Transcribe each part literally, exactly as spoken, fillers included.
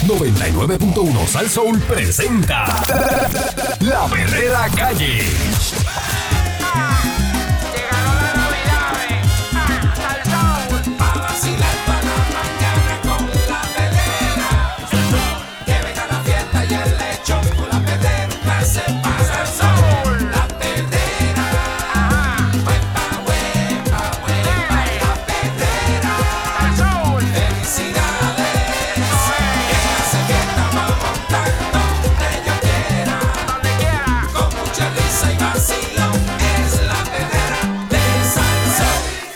noventa y nueve punto uno Sal Soul presenta La Verdadera Calle. Llegaron las navidades, ah, Sal Soul, pa' vacilar toda la mañana con la pedera. Que venga la fiesta y el lechón con la pedera, que se pasa Sal Soul. La pedera, huepa, huepa, huepa, la pedera. Sal Soul, felicidades, que hace fiesta pa' montar donde yo quiera, donde quiera, con mucha risa y vacilón. Es la pedera de Sal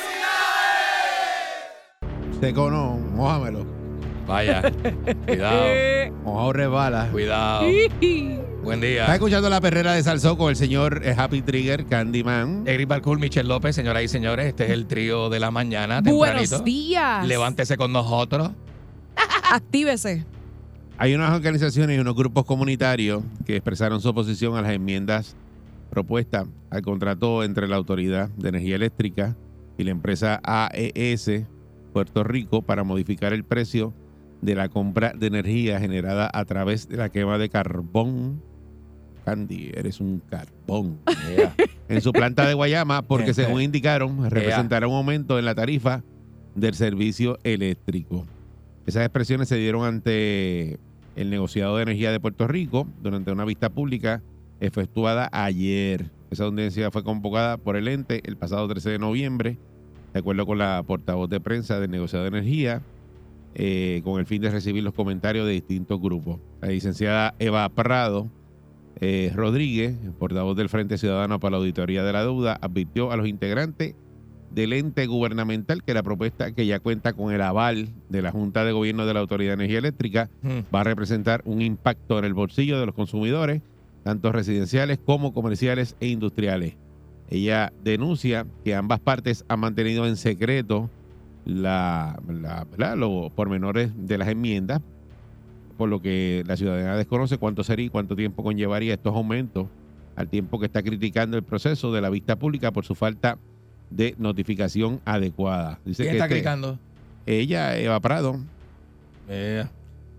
Soul. Seco no, mójamelo. Vaya, cuidado, Mojado resbala. cuidado. Buen Está día. escuchando la perrera de Salsó con el señor eh, Happy Trigger, Candyman. Egri Barcool, Michelle López, señoras y señores, este es el trío de la mañana, tempranito. Buenos días. Levántese con nosotros. Actívese. Hay unas organizaciones y unos grupos comunitarios que expresaron su oposición a las enmiendas propuestas al contrato entre la Autoridad de Energía Eléctrica y la empresa A E S Puerto Rico para modificar el precio de la compra de energía generada a través de la quema de carbón. Candy, eres un carbón. Yeah. En su planta de Guayama, porque según indicaron, representará un aumento en la tarifa del servicio eléctrico. Esas expresiones se dieron ante el negociado de energía de Puerto Rico durante una vista pública efectuada ayer. Esa audiencia fue convocada por el ente el pasado trece de noviembre, de acuerdo con la portavoz de prensa del negociado de energía, eh, con el fin de recibir los comentarios de distintos grupos. La licenciada Eva Prado eh, Rodríguez, portavoz del Frente Ciudadano para la Auditoría de la Deuda, advirtió a los integrantes del ente gubernamental que la propuesta, que ya cuenta con el aval de la Junta de Gobierno de la Autoridad de Energía Eléctrica, Hmm. va a representar un impacto en el bolsillo de los consumidores, tanto residenciales como comerciales e industriales. Ella denuncia que ambas partes han mantenido en secreto la, la- ¿verdad? los pormenores de las enmiendas, por lo que la ciudadanía desconoce cuánto sería y cuánto tiempo conllevaría estos aumentos, al tiempo que está criticando el proceso de la vista pública por su falta de notificación adecuada. Dice ¿Quién que está este- clicando? ella, Eva Prado. Yeah.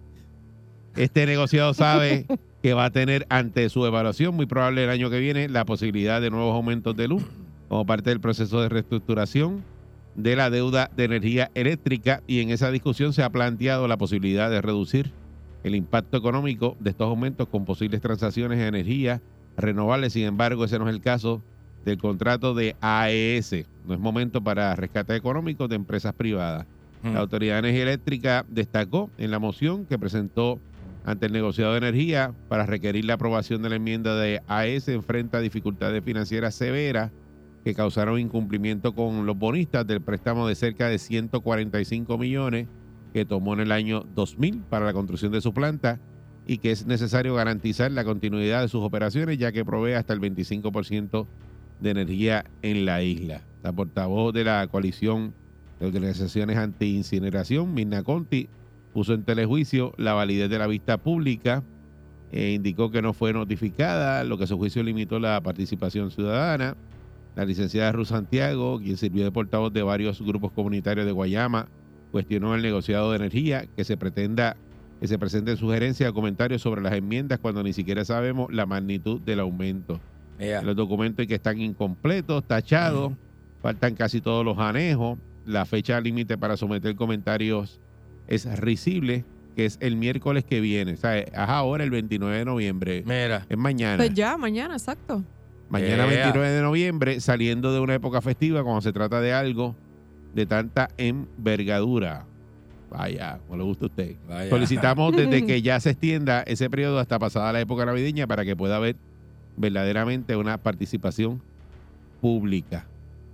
Este negociado sabe que va a tener ante su evaluación, muy probable el año que viene, la posibilidad de nuevos aumentos de luz como parte del proceso de reestructuración de la deuda de energía eléctrica, y en esa discusión se ha planteado la posibilidad de reducir el impacto económico de estos aumentos con posibles transacciones de energía renovables. Sin embargo, ese no es el caso del contrato de A E S. No es momento para rescate económico de empresas privadas. Hmm. La Autoridad de Energía Eléctrica destacó en la moción que presentó ante el negociado de energía para requerir la aprobación de la enmienda de A E S, enfrenta dificultades financieras severas que causaron incumplimiento con los bonistas del préstamo de cerca de ciento cuarenta y cinco millones que tomó en el año dos mil para la construcción de su planta, y que es necesario garantizar la continuidad de sus operaciones, ya que provee hasta el veinticinco por ciento de energía en la isla. La portavoz de la coalición de organizaciones anti-incineración, Mirna Conti, puso en telejuicio la validez de la vista pública e indicó que no fue notificada, lo que a su juicio limitó la participación ciudadana. La licenciada Ruth Santiago, quien sirvió de portavoz de varios grupos comunitarios de Guayama, cuestionó el negociado de energía que se pretenda que se presenten sugerencias o comentarios sobre las enmiendas cuando ni siquiera sabemos la magnitud del aumento. Yeah. Los documentos que están incompletos, tachados, faltan casi todos los anejos. La fecha límite para someter comentarios es risible, que es el miércoles que viene. O sea, es ahora el veintinueve de noviembre. Mira, Es mañana. Pues ya, mañana, exacto. Mañana Yeah. veintinueve de noviembre, saliendo de una época festiva cuando se trata de algo de tanta envergadura. Vaya, como le gusta a usted. vaya. Solicitamos desde que ya se extienda ese periodo hasta pasada la época navideña para que pueda haber verdaderamente una participación pública.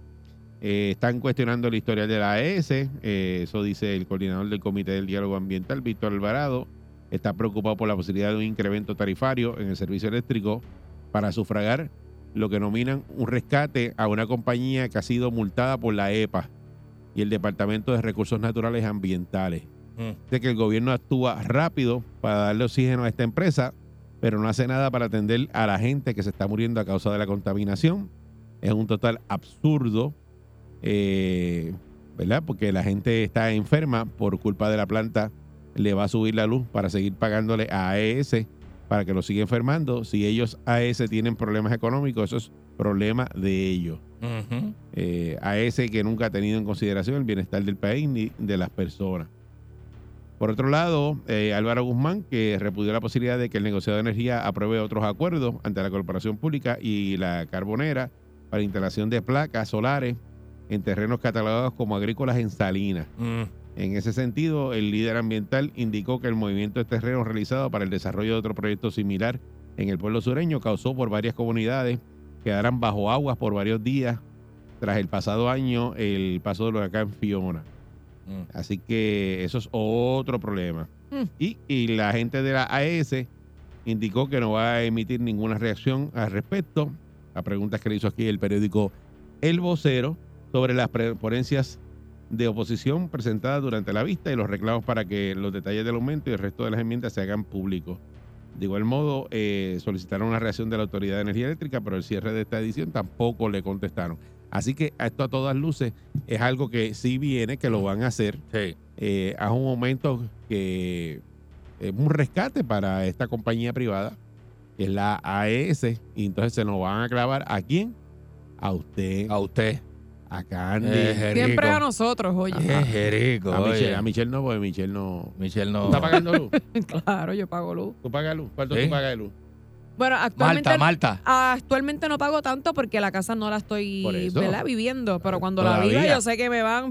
Eh, están cuestionando el historial de la A E S, eh, eso dice el coordinador del Comité del Diálogo Ambiental, Víctor Alvarado. Está preocupado por la posibilidad de un incremento tarifario en el servicio eléctrico para sufragar lo que nominan un rescate a una compañía que ha sido multada por la E P A y el Departamento de Recursos Naturales Ambientales. Hmm. De que el gobierno actúa rápido para darle oxígeno a esta empresa, pero no hace nada para atender a la gente que se está muriendo a causa de la contaminación. Es un total absurdo, eh, ¿verdad? Porque la gente está enferma por culpa de la planta le va a subir la luz para seguir pagándole a A E S para que lo siga enfermando. Si ellos, A E S, tienen problemas económicos, eso es problema de ellos. Ujú. Eh, A E S que nunca ha tenido en consideración el bienestar del país ni de las personas. Por otro lado, eh, Álvaro Guzmán, que repudió la posibilidad de que el negociado de energía apruebe otros acuerdos ante la Corporación Pública y la Carbonera para instalación de placas solares en terrenos catalogados como agrícolas en Salinas. Mm. En ese sentido, el líder ambiental indicó que el movimiento de terrenos realizado para el desarrollo de otro proyecto similar en el pueblo sureño causó por varias comunidades quedaran bajo aguas por varios días tras el pasado año el paso del huracán Fiona. Mm. Así que eso es otro problema. Mm. Y, y la gente de la A E S indicó que no va a emitir ninguna reacción al respecto a preguntas que le hizo aquí el periódico El Vocero sobre las pre- ponencias de oposición presentadas durante la vista y los reclamos para que los detalles del aumento y el resto de las enmiendas se hagan públicos. De igual modo, eh, solicitaron una reacción de la Autoridad de Energía Eléctrica, pero el cierre de esta edición tampoco le contestaron. Así que esto a todas luces es algo que sí viene, que lo van a hacer. Sí. Eh, a un momento que es un rescate para esta compañía privada, que es la A E S, y entonces se nos van a clavar ¿a quién? A usted, A usted. a Candy, Eh, Jerico. Siempre a nosotros, oye. Qué jerico, a, oye. Michelle, a Michelle no, porque Michelle no... Michelle ¿Tú no. estás pagando luz? Claro, yo pago luz. ¿Tú pagas luz? ¿Cuánto Sí. tú pagas de luz? Bueno, actualmente, Malta, Malta. actualmente no pago tanto porque la casa no la estoy, Por eso. ¿verdad?, viviendo. Pero cuando la Todavía. viva, yo sé que me van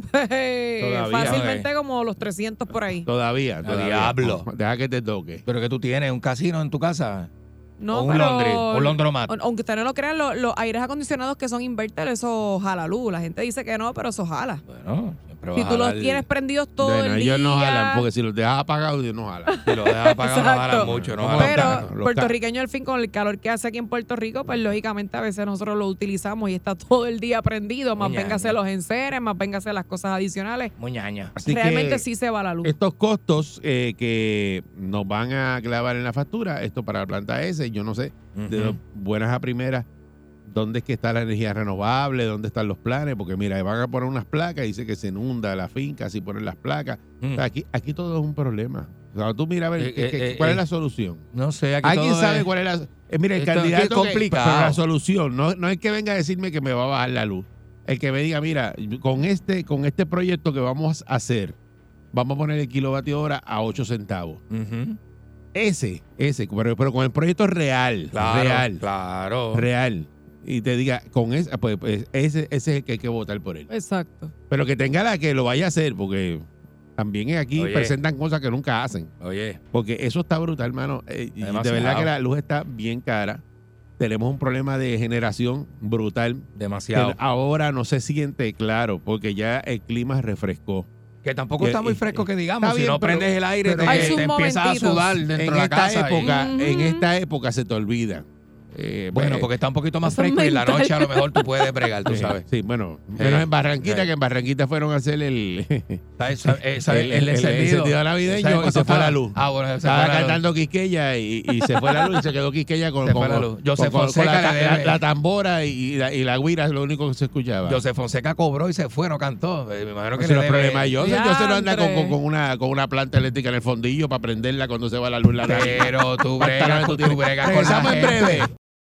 fácilmente como los trescientos por ahí. Todavía, todavía. diablo. Deja que te toque. Pero que tú tienes un casino en tu casa. No, o un pero- Londres, un Londromat. Aun- Aunque ustedes no lo crean, lo- los aires acondicionados que son inverter, eso jala luz. La gente dice que no, pero eso jala. Bueno, siempre Si vas tú a los jalar- tienes prendidos todo Bueno, el día. ellos no jalan, porque si los dejas apagados, ellos no jalan. Si lo dejas apagado, no Exacto. jalan mucho. No Como jalan los Pero carros, los puertorriqueños, al fin, con el calor que hace aquí en Puerto Rico, pues lógicamente a veces nosotros lo utilizamos y está todo el día prendido. Más Muñaña. véngase los enseres, más véngase las cosas adicionales. Muñaña. Así Realmente que sí se va la luz. estos costos eh, que nos van a clavar en la factura, esto para la planta S, yo no sé, de Ujú. dos buenas a primeras, dónde es que está la energía renovable, dónde están los planes, porque mira, van a poner unas placas, dice que se inunda la finca si ponen las placas. Mm. O sea, aquí, aquí todo es un problema. O sea, tú mira a ver Eh, qué- eh, qué- eh, cuál eh. es la solución. No sé, aquí ¿Alguien todo sabe es- cuál es la eh, mira, el Esto es candidato bien que- complicado. pero la solución, no, no es que venga a decirme que me va a bajar la luz. El que me diga, mira, con este, con este proyecto que vamos a hacer, vamos a poner el kilovatio hora a ocho centavos. Ujú. Ese, ese, pero, pero con el proyecto real, Claro, real, claro. real. Y te diga, con ese, pues, pues, ese, ese es el que hay que votar por él. Exacto. Pero que tenga la que lo vaya a hacer, porque también aquí Oye. presentan cosas que nunca hacen. Oye, Porque eso está brutal, hermano. Eh, y de Demasiado. verdad que la luz está bien cara. Tenemos un problema de generación brutal. demasiado. Que ahora no se siente claro, porque ya el clima refrescó. Que tampoco que- está muy eh, fresco que digamos. está Si bien, no pero- prendes el aire, pero- te, Hay te sus empiezas a momentitos. sudar dentro En de la esta casa. y- época, Ujú. en esta época se te olvida. Eh, Bueno, pues, porque está un poquito más Eso es fresco y en la mental. noche a lo mejor tú puedes bregar, tú eh, sabes. Sí, bueno, menos en Barranquita, que en Barranquita fueron a hacer el, ¿Sabes? ¿Sabes? Eh, ¿sabes? el, El, el- el encendido. encendido navideño ¿Sabes y cuánto se fue la estaba? luz. Ah, bueno, se Estaba fue la luz. cantando Quisqueya y, y se fue la luz y se quedó Quisqueya con, Se con- fue la luz. Joseph con- con Fonseca la, le la- debe- la tambora y, y la, y la guira es lo único que se escuchaba. José Fonseca cobró y se fue, no cantó. Eh, Me imagino que Ese le no es debe- problema de Joseph. Joseph no anda con, Diantre. con- con una, con una planta eléctrica en el fondillo para prenderla cuando se va la luz en la noche. Pero tú bregas, tú, tú bregas con la Regresamos en gente. breve.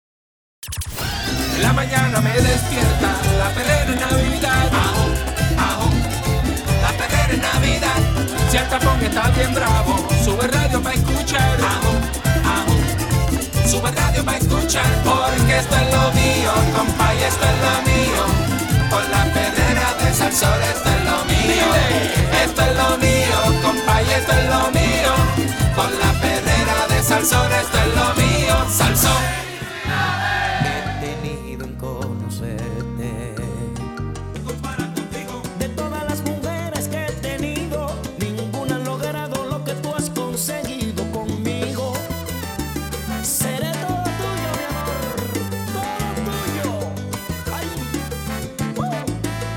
En la mañana me despierta la perrera en Navidad. Ajo, ajo, la perrera en Navidad. Si el tapón está bien bravo, sube radio para escuchar. Ajo, ajo, sube radio para escuchar. Porque esto es lo mío, compa, y esto es lo mío. Con la perrera de Salsón, esto es lo mío. Esto es lo mío, compa, y esto es lo mío. Con la perrera de Salsón, esto es lo mío. Salsón. He tenido en conocerte. De todas las mujeres que he tenido, ninguna ha logrado lo que tú has conseguido conmigo. Seré todo tuyo, mi amor, todo tuyo. Ay. Uh.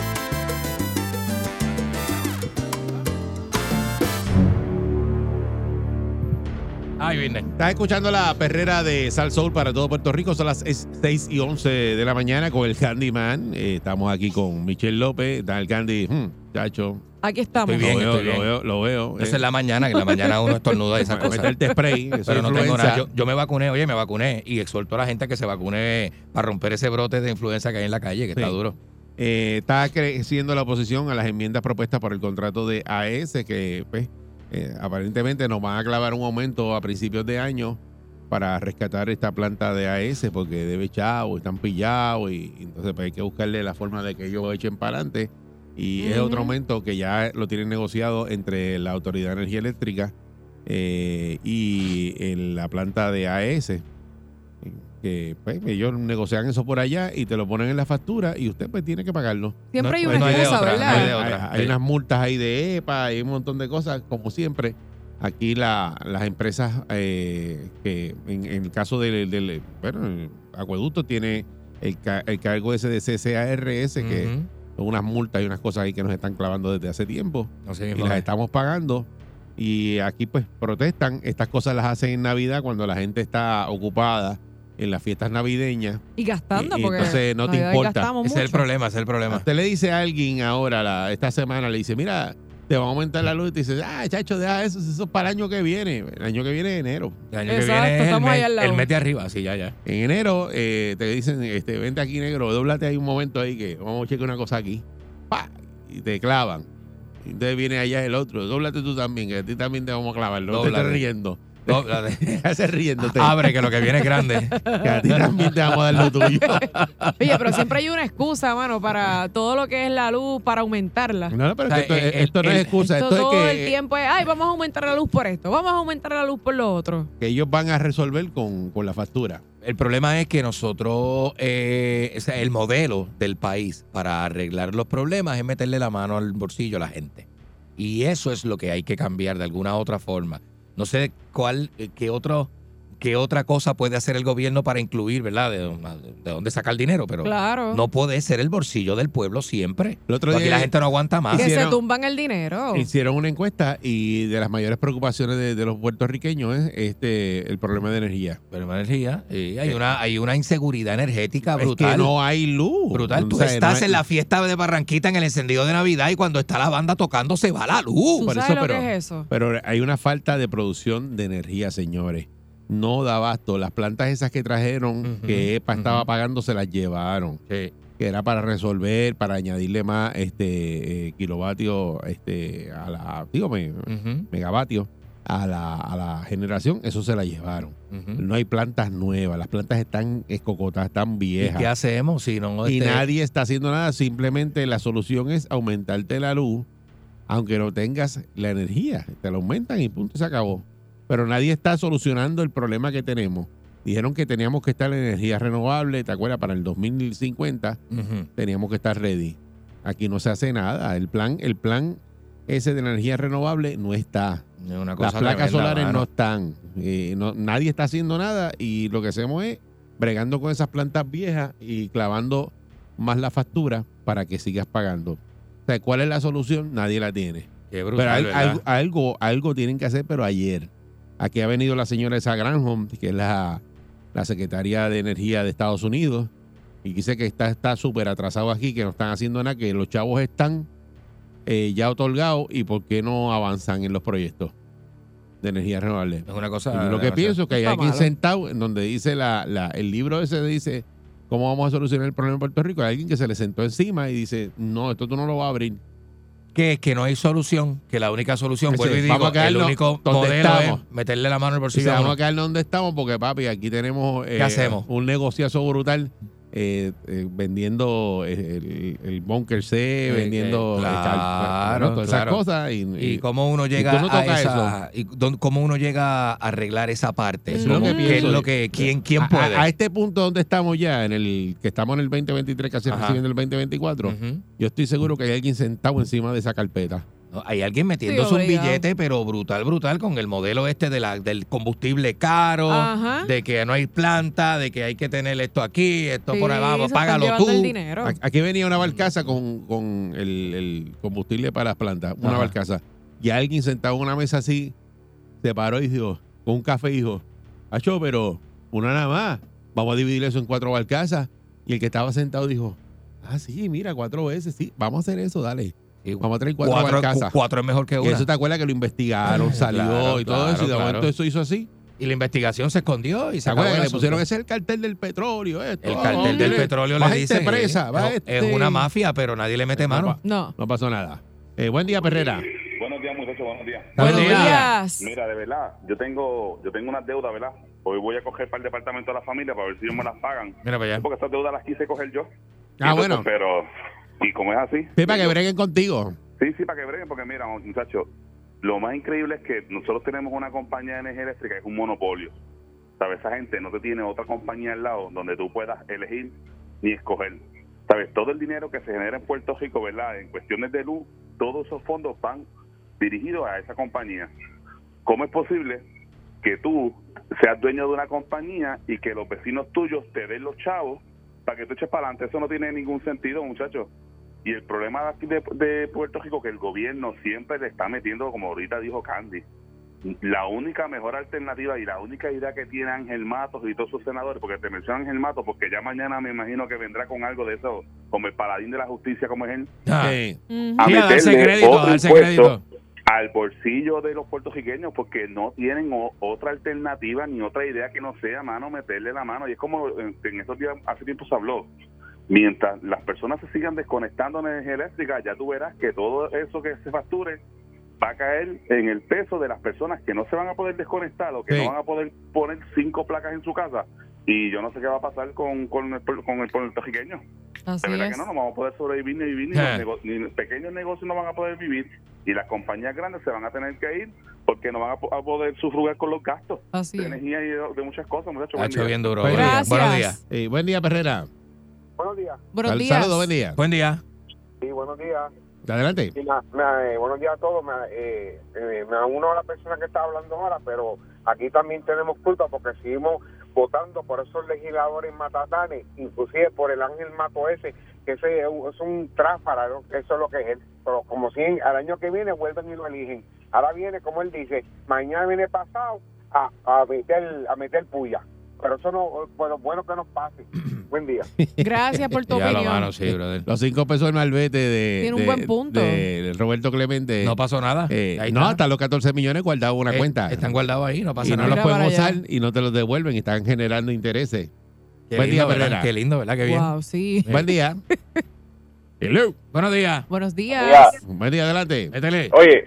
Ay, vine. Estás escuchando la perrera de Sal Soul para todo Puerto Rico. Son las seis y once de la mañana con el Candyman. Eh, estamos aquí con Michelle López. Está el Candy. hmm, chacho. Aquí estamos. Estoy bien, lo, veo, estoy bien. lo veo, lo veo. Eso eh. es la mañana, que en la mañana uno estornuda y esas cosas. Meterte spray, eso Pero es no tengo influenza. nada. Yo, yo me vacuné, oye, me vacuné y exhorto a la gente a que se vacune para romper ese brote de influenza que hay en la calle, que Sí. está duro. Eh, está creciendo la oposición a las enmiendas propuestas por el contrato de A S, que pues, eh, aparentemente nos van a clavar un aumento a principios de año para rescatar esta planta de A S, porque debe chavo, están pillados, y, y entonces pues, hay que buscarle la forma de que ellos echen para adelante. Y es Ujú. otro aumento que ya lo tienen negociado entre la Autoridad de Energía Eléctrica eh, y en la planta de A S, que pues, ellos negocian eso por allá y te lo ponen en la factura y usted pues tiene que pagarlo. Siempre No- hay no una hay de excusa, otra, no ¿verdad? hay de Hay, otra. hay Sí. unas multas ahí de E P A, hay un montón de cosas, como siempre. Aquí la- las empresas, eh, que en, en el caso del, del- bueno, el acueducto tiene el, ca- el cargo ese de C C A R S, que Ujú. son unas multas y unas cosas ahí que nos están clavando desde hace tiempo Así y mismo las es. estamos pagando. Y aquí pues protestan. Estas cosas las hacen en Navidad cuando la gente está ocupada en las fiestas navideñas. Y gastando, Y- y porque entonces no te Navidad importa. gastamos Ese es el mucho. problema, ese es el problema. Usted le dice a alguien ahora, la- esta semana, le dice, mira, te va a aumentar la luz, y te dice, ah, chacho, deja eso, eso es para el año que viene. El año que viene es enero. El año Exacto, que viene es el estamos ahí mes, al lado. el mes de arriba, sí, ya, ya. En enero eh, te dicen, este, vente aquí, negro, dóblate ahí un momento ahí que vamos a chequear una cosa aquí. ¡Pah! Y te clavan. Y entonces viene allá el otro, dóblate tú también, que a ti también te vamos a clavar. No te Dóblate. estés riendo. Dóblate. ¿Qué haces riéndote? Abre, que lo que viene es grande. Que a ti también te vamos a dar lo tuyo. Oye, pero siempre hay una excusa, mano, para todo lo que es la luz, para aumentarla. No, no, pero O sea, es que esto, el- esto no el- es excusa, Esto esto, todo es el que, tiempo es, ay, vamos a aumentar la luz por esto, vamos a aumentar la luz por lo otro. que ellos van a resolver con, con la factura. El problema es que nosotros, eh, o sea, el modelo del país para arreglar los problemas es meterle la mano al bolsillo a la gente. Y eso es lo que hay que cambiar de alguna otra forma. No sé cuál, eh, qué otro, qué otra cosa puede hacer el gobierno para incluir, ¿verdad? De, de dónde sacar dinero, pero Claro. no puede ser el bolsillo del pueblo siempre. El otro Aquí día la gente no aguanta más. que hicieron- se tumban el dinero. Hicieron una encuesta y de las mayores preocupaciones de, de los puertorriqueños es este el problema de energía. Pero energía, sí, hay una, hay una inseguridad energética brutal. Es que no hay luz. Brutal. Tú O sea, no estás hay- en la fiesta de Barranquita en el encendido de Navidad y cuando está la banda tocando se va la ¿Tú luz. por sabes eso, lo pero- que es eso? Pero hay una falta de producción de energía, señores. No da abasto. Las plantas esas que trajeron, Ujú, que E P A estaba ujú. pagando, se las llevaron. Sí. Que era para resolver, para añadirle más este eh, kilovatios, este, a la, digo, me- Ujú, megavatios a la, a la generación, eso se la llevaron. ujú. No hay plantas nuevas, las plantas están escocotadas, están ¿Y viejas. qué hacemos si no? Y este, nadie está haciendo nada, simplemente la solución es aumentarte la luz, aunque no tengas la energía. Te la aumentan y punto, se acabó. Pero nadie está solucionando el problema que tenemos. Dijeron que teníamos que estar en energía renovable, ¿te acuerdas? Para el dos mil cincuenta Ujú. teníamos que estar ready. Aquí no se hace nada. El plan, el plan ese de energía renovable no está. Es una Las cosa placas tremenda, solares mano. no están. Eh, no- nadie está haciendo nada y lo que hacemos es bregando con esas plantas viejas y clavando más la factura para que sigas pagando. O sea, ¿cuál es la solución? Nadie la tiene. Qué brutal, pero hay- ¿verdad? algo, algo, algo tienen que hacer, pero ayer. Aquí ha venido la señora esa Granholm, que es la, la secretaria de Energía de Estados Unidos, y dice que está está súper atrasado aquí, que no están haciendo nada, que los chavos están eh, ya otorgados y por qué no avanzan en los proyectos de energía renovable. Es una cosa. Y yo lo que demasiado- pienso es que hay Está alguien malo. sentado en donde dice la, la- el libro ese dice cómo vamos a solucionar el problema en Puerto Rico. Hay alguien que se le sentó encima y dice, no, esto tú no lo vas a abrir. Que, que no hay solución, que la única solución, Ese, vuelvo y digo, vamos a el quedarnos único donde modelo estamos. es meterle la mano al Y bolsillo. a vamos uno. a quedarnos donde estamos porque, papi, aquí tenemos eh, ¿Qué hacemos? un negociazo brutal eh, eh, vendiendo el, el Bunker C, Eh, vendiendo eh, eh, cal- claro, bueno, todas claro. esas cosas. Y, Y y- cómo uno llega tú no a tocas esa, y dónde- cómo uno llega a arreglar esa parte. Eso es lo Cómo- que ¿Qué es pienso. lo que, quién, quién a- puede? A, a este punto donde estamos ya, en el que estamos en el veinte veintitrés, casi Ajá. recibiendo el veinte veinticuatro, Ujú. yo estoy seguro que hay alguien sentado encima de esa carpeta. No, hay alguien metiéndose Sí, un obligado. billete, pero brutal, brutal, con el modelo este de la, del combustible caro, Ajá. de que no hay planta, de que hay que tener esto aquí, esto por ahí, Sí, vamos, se están págalo llevando tú. el dinero. A- Aquí venía una barcaza con, con el, el combustible para las plantas, una Ajá. barcaza. Y alguien sentado en una mesa así, se paró y dijo, con un café, y dijo, Acho, pero una nada más, vamos a dividir eso en cuatro barcazas. Y el que estaba sentado dijo, ah, sí, mira, cuatro veces, sí, vamos a hacer eso, dale. Sí, Vamos a traer cuatro, cuatro, barcazas. cuatro es mejor que Y una. eso te acuerdas que lo investigaron, salió Claro, y todo claro, eso, y de claro. momento eso hizo así. Y la investigación se escondió y se ¿Se acabó acuerdan el que le pusieron asunto. ese es el cartel del petróleo? Esto, El oh, cartel del mire, petróleo va le gente dicen. presa, es, va es este- una mafia, pero nadie le mete mano. No. No pasó nada. Eh, buen día, Perrera. Buenos días, muchachos, buenos días. Buenos Saludos. días. Mira, de verdad, yo tengo yo tengo unas deudas, ¿verdad? Hoy voy a coger para el departamento de la familia para ver si ellos me las pagan. Mira para allá. Porque esas deudas las quise coger yo. Ah, Entonces, bueno. Pero, y como es así... Sí, para que yo- breguen contigo. Sí, sí, para que breguen, porque mira, muchachos, lo más increíble es que nosotros tenemos una compañía de energía eléctrica, es un monopolio. ¿Sabes? Esa gente no te tiene otra compañía al lado donde tú puedas elegir ni escoger. ¿Sabes? Todo el dinero que se genera en Puerto Rico, ¿verdad? En cuestiones de luz, todos esos fondos van dirigidos a esa compañía. ¿Cómo es posible que tú seas dueño de una compañía y que los vecinos tuyos te den los chavos para que tú eches para adelante? Eso no tiene ningún sentido, muchachos. Y el problema de aquí de, de Puerto Rico que el gobierno siempre le está metiendo, como ahorita dijo Candy, la única mejor alternativa y la única idea que tiene Ángel Matos y todos sus senadores, porque te mencionan Ángel Matos, porque ya mañana me imagino que vendrá con algo de eso, como el paladín de la justicia como es él, Ah. Sí. Ujú. a Sí, a darse meterle crédito, otro a darse impuesto crédito. al bolsillo de los puertorriqueños, porque no tienen o- otra alternativa ni otra idea que no sea, mano, meterle la mano. Y es como en, en estos días, hace tiempo se habló, mientras las personas se sigan desconectando de energía eléctrica, ya tú verás que todo eso que se facture va a caer en el peso de las personas que no se van a poder desconectar o que Sí. no van a poder poner cinco placas en su casa. Y yo no sé qué va a pasar con, con, el, con el puertorriqueño. Así De verdad es. que no, no vamos a poder sobrevivir ni vivir, ni, Eh. los nego- ni los pequeños negocios no van a poder vivir, y las compañías grandes se van a tener que ir porque no van a, po- a poder sufrugar con los gastos Así de es. energía y de, de muchas cosas, muchachos. Ha Buen hecho día. bien duro. Buen Buenos día. días. Buenos días. Gracias. Eh, buen día, Perrera. Buenos días. Buenos Sal- días. Saludos, buen día. Buen día. Sí, buenos días. Adelante. Sí, ma- ma- eh, buenos días a todos. Me, eh, eh, me uno a la persona que está hablando ahora, pero aquí también tenemos culpa porque seguimos votando por esos legisladores matatanes, inclusive por el Ángel Mato ese, que ese es un, es un tráfara, ¿no? Eso es lo que es él. Pero como si al año que viene vuelven y lo eligen. Ahora viene, como él dice, mañana viene pasado a, a meter a meter puya. Pero eso no, bueno, bueno que nos pase. Buen día. Gracias por tu Ya lo opinión. mano, sí, brother. Los cinco pesos del malvete de, Tiene un de- buen punto. de Roberto Clemente. No pasó nada. Eh, Ahí no, está. hasta los catorce millones guardados en una Eh, cuenta. Están guardados ahí, no pasa y no nada. los Mira pueden para allá. usar y no te los devuelven y están generando intereses. Qué Buen lindo, día, ¿verdad? Perrera. Qué lindo, ¿verdad? Qué bien. Wow, sí. Buen día. Hello. Buenos días. Buenos días. Buen día, adelante. Métele. Oye,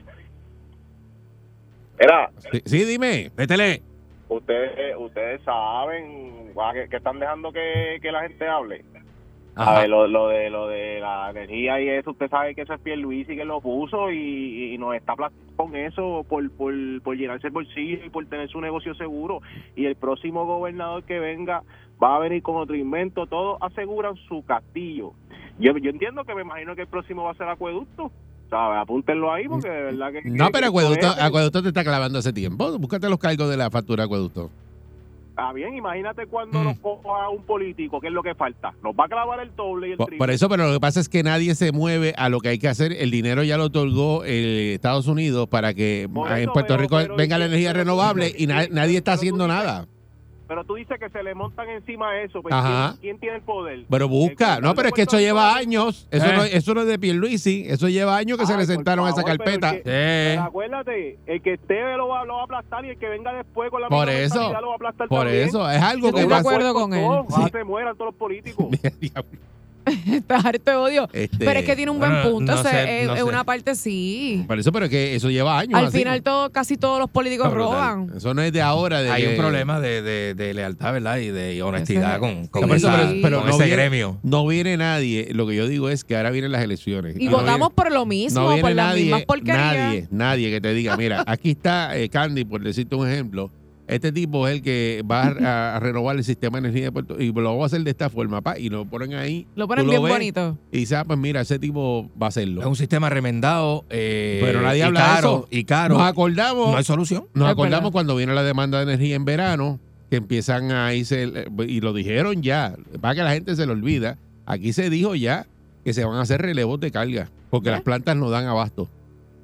era, Sí, sí, dime. Métele. ustedes ustedes saben guau, que, que están dejando que, que la gente hable. Ajá. A ver, lo, lo de lo de la energía y eso, usted sabe que eso es Pierluisi que lo puso y, y nos está aplastando con eso por, por, por llenarse el bolsillo y por tener su negocio seguro. Y el próximo gobernador que venga va a venir con otro invento. Todos aseguran su castillo. Yo, yo entiendo que me imagino que el próximo va a ser Acueducto. ¿Sabes? Apúntenlo ahí porque de verdad que... No, que- pero que Acueducto, esto es- Acueducto te está clavando hace tiempo. Búscate los cargos de la factura de Acueducto. Está bien, imagínate cuando Mm. nos coja un político, ¿qué es lo que falta? Nos va a clavar el doble y el Por, triple. por eso, pero lo que pasa es que nadie se mueve a lo que hay que hacer. El dinero ya lo otorgó eh, Estados Unidos para que Por en eso, Puerto pero- Rico pero- venga la energía pero- renovable y na- pero- nadie está pero tú haciendo dices- nada. Pero tú dices que se le montan encima a eso. Pues, Ajá. ¿quién, quién tiene el poder? Pero busca, El no, pero es que Puerto eso lleva Rico- años. Eso, Eh. no, eso no es de Pierluisi. Eso lleva años que se Ay, le por sentaron a esa favor, pero carpeta. el que- Sí. Pero acuérdate, el que esté lo va, lo va a aplastar y el que venga después con la Por misma eso, mentalidad lo va a aplastar Por también. eso, es algo Yo que estoy de pasa. acuerdo con él. Todos, ojalá Sí. se mueran todos los políticos. Estás harto de odio. Este, Pero es que tiene un bueno, buen punto. no o sea, sé, es- no es sé. una parte sí. Por eso, pero es que eso lleva años. Al así. final todo, casi todos los políticos Está brutal. roban. Eso no es de ahora. De Hay que- un problema de, de, de lealtad, ¿verdad? Y de honestidad Ese- con, con, Por eso, esa- pero- pero con no ese viene- gremio. No viene nadie. Lo que yo digo es que ahora vienen las elecciones. Y no votamos viene- por lo mismo, no viene por las nadie, mismas porquerías. nadie, nadie que te diga, mira, aquí está eh, Candy, por decirte un ejemplo. Este tipo es el que va a, a renovar el sistema de energía de Puerto y lo va a hacer de esta forma, pa, y lo ponen ahí. Lo ponen tú bien ves bonito. Y dices, ah, pues mira, ese tipo va a hacerlo. Es un sistema remendado eh, Pero nadie y habla de caro, eso. y caro. Nos acordamos, No hay solución. nos Es acordamos verdad. cuando viene la demanda de energía en verano, que empiezan a irse, eh, y lo dijeron ya, para que la gente se lo olvida, aquí se dijo ya que se van a hacer relevos de carga, porque ¿Eh? las plantas no dan abasto.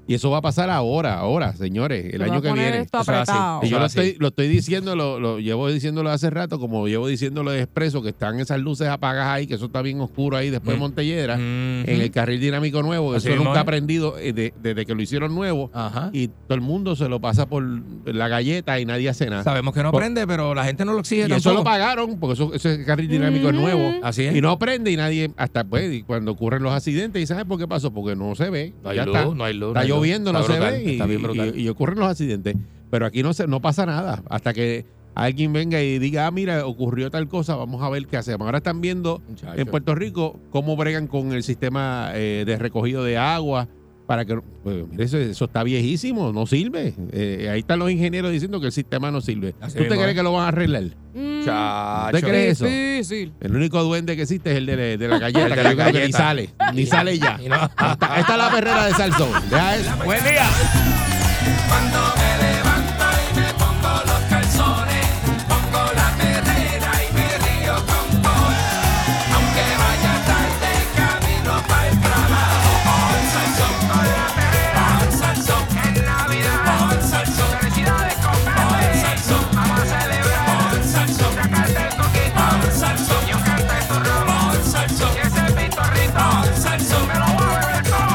Y eso va a pasar ahora, ahora, señores, el Se va año a que poner viene. esto Eso es así. apretado. Y yo Eso lo es así. estoy, lo estoy diciendo, lo, lo llevo diciéndolo hace rato, como llevo diciéndolo de Expreso, que están esas luces apagadas ahí, que eso está bien oscuro ahí después de Mm. Montelledra, Ujú. en el carril dinámico nuevo, Así eso mismo nunca es. ha prendido eh, de- desde que lo hicieron nuevo, Ajá. y todo el mundo se lo pasa por la galleta y nadie hace nada. Sabemos que no Por- prende, pero la gente no lo exige Y eso lo tampoco. pagaron, porque eso, ese carril dinámico es nuevo. Así es. Y no prende y nadie, hasta pues, y cuando ocurren los accidentes, ¿y sabes por qué pasó? Porque no se ve. No hay ya luz, está. no hay luz. Está no hay luz. lloviendo, Está no brutal, se ve y, Está bien brutal. y- y ocurren los accidentes. Pero aquí no se, no pasa nada. Hasta que alguien venga y diga, ah, mira, ocurrió tal cosa, vamos a ver qué hacemos. Ahora están viendo Muchacho. en Puerto Rico cómo bregan con el sistema eh, de recogido de agua. Para que pues, mira, eso, eso está viejísimo, no sirve. Eh, ahí están los ingenieros diciendo que el sistema no sirve. Así ¿Tú te mismo crees es. que lo van a arreglar? Mm, Chacho. ¿Usted cree eso? Difícil. El único duende que existe es el de, de la galleta, El de que la yo creo que ni galleta. sale, ni sale ya. Y no- Esta, esta es la perrera de Salsón. Deja eso. Buen día. Cuando me levanto y me pongo los calzones, pongo la perrera y me río con todo. Aunque vaya tarde, camino para el trabajo. Pon Salsón con la perrera, pon Salsón en Navidad, pon Salsón, felicidades compadre, pon Salsón, vamos a celebrar, pon Salsón, sacarte el coquito, pon Salsón, y un cante de turrón, pon Salsón, y ese pitorrito, pon Salsón, me lo voy a beber todo.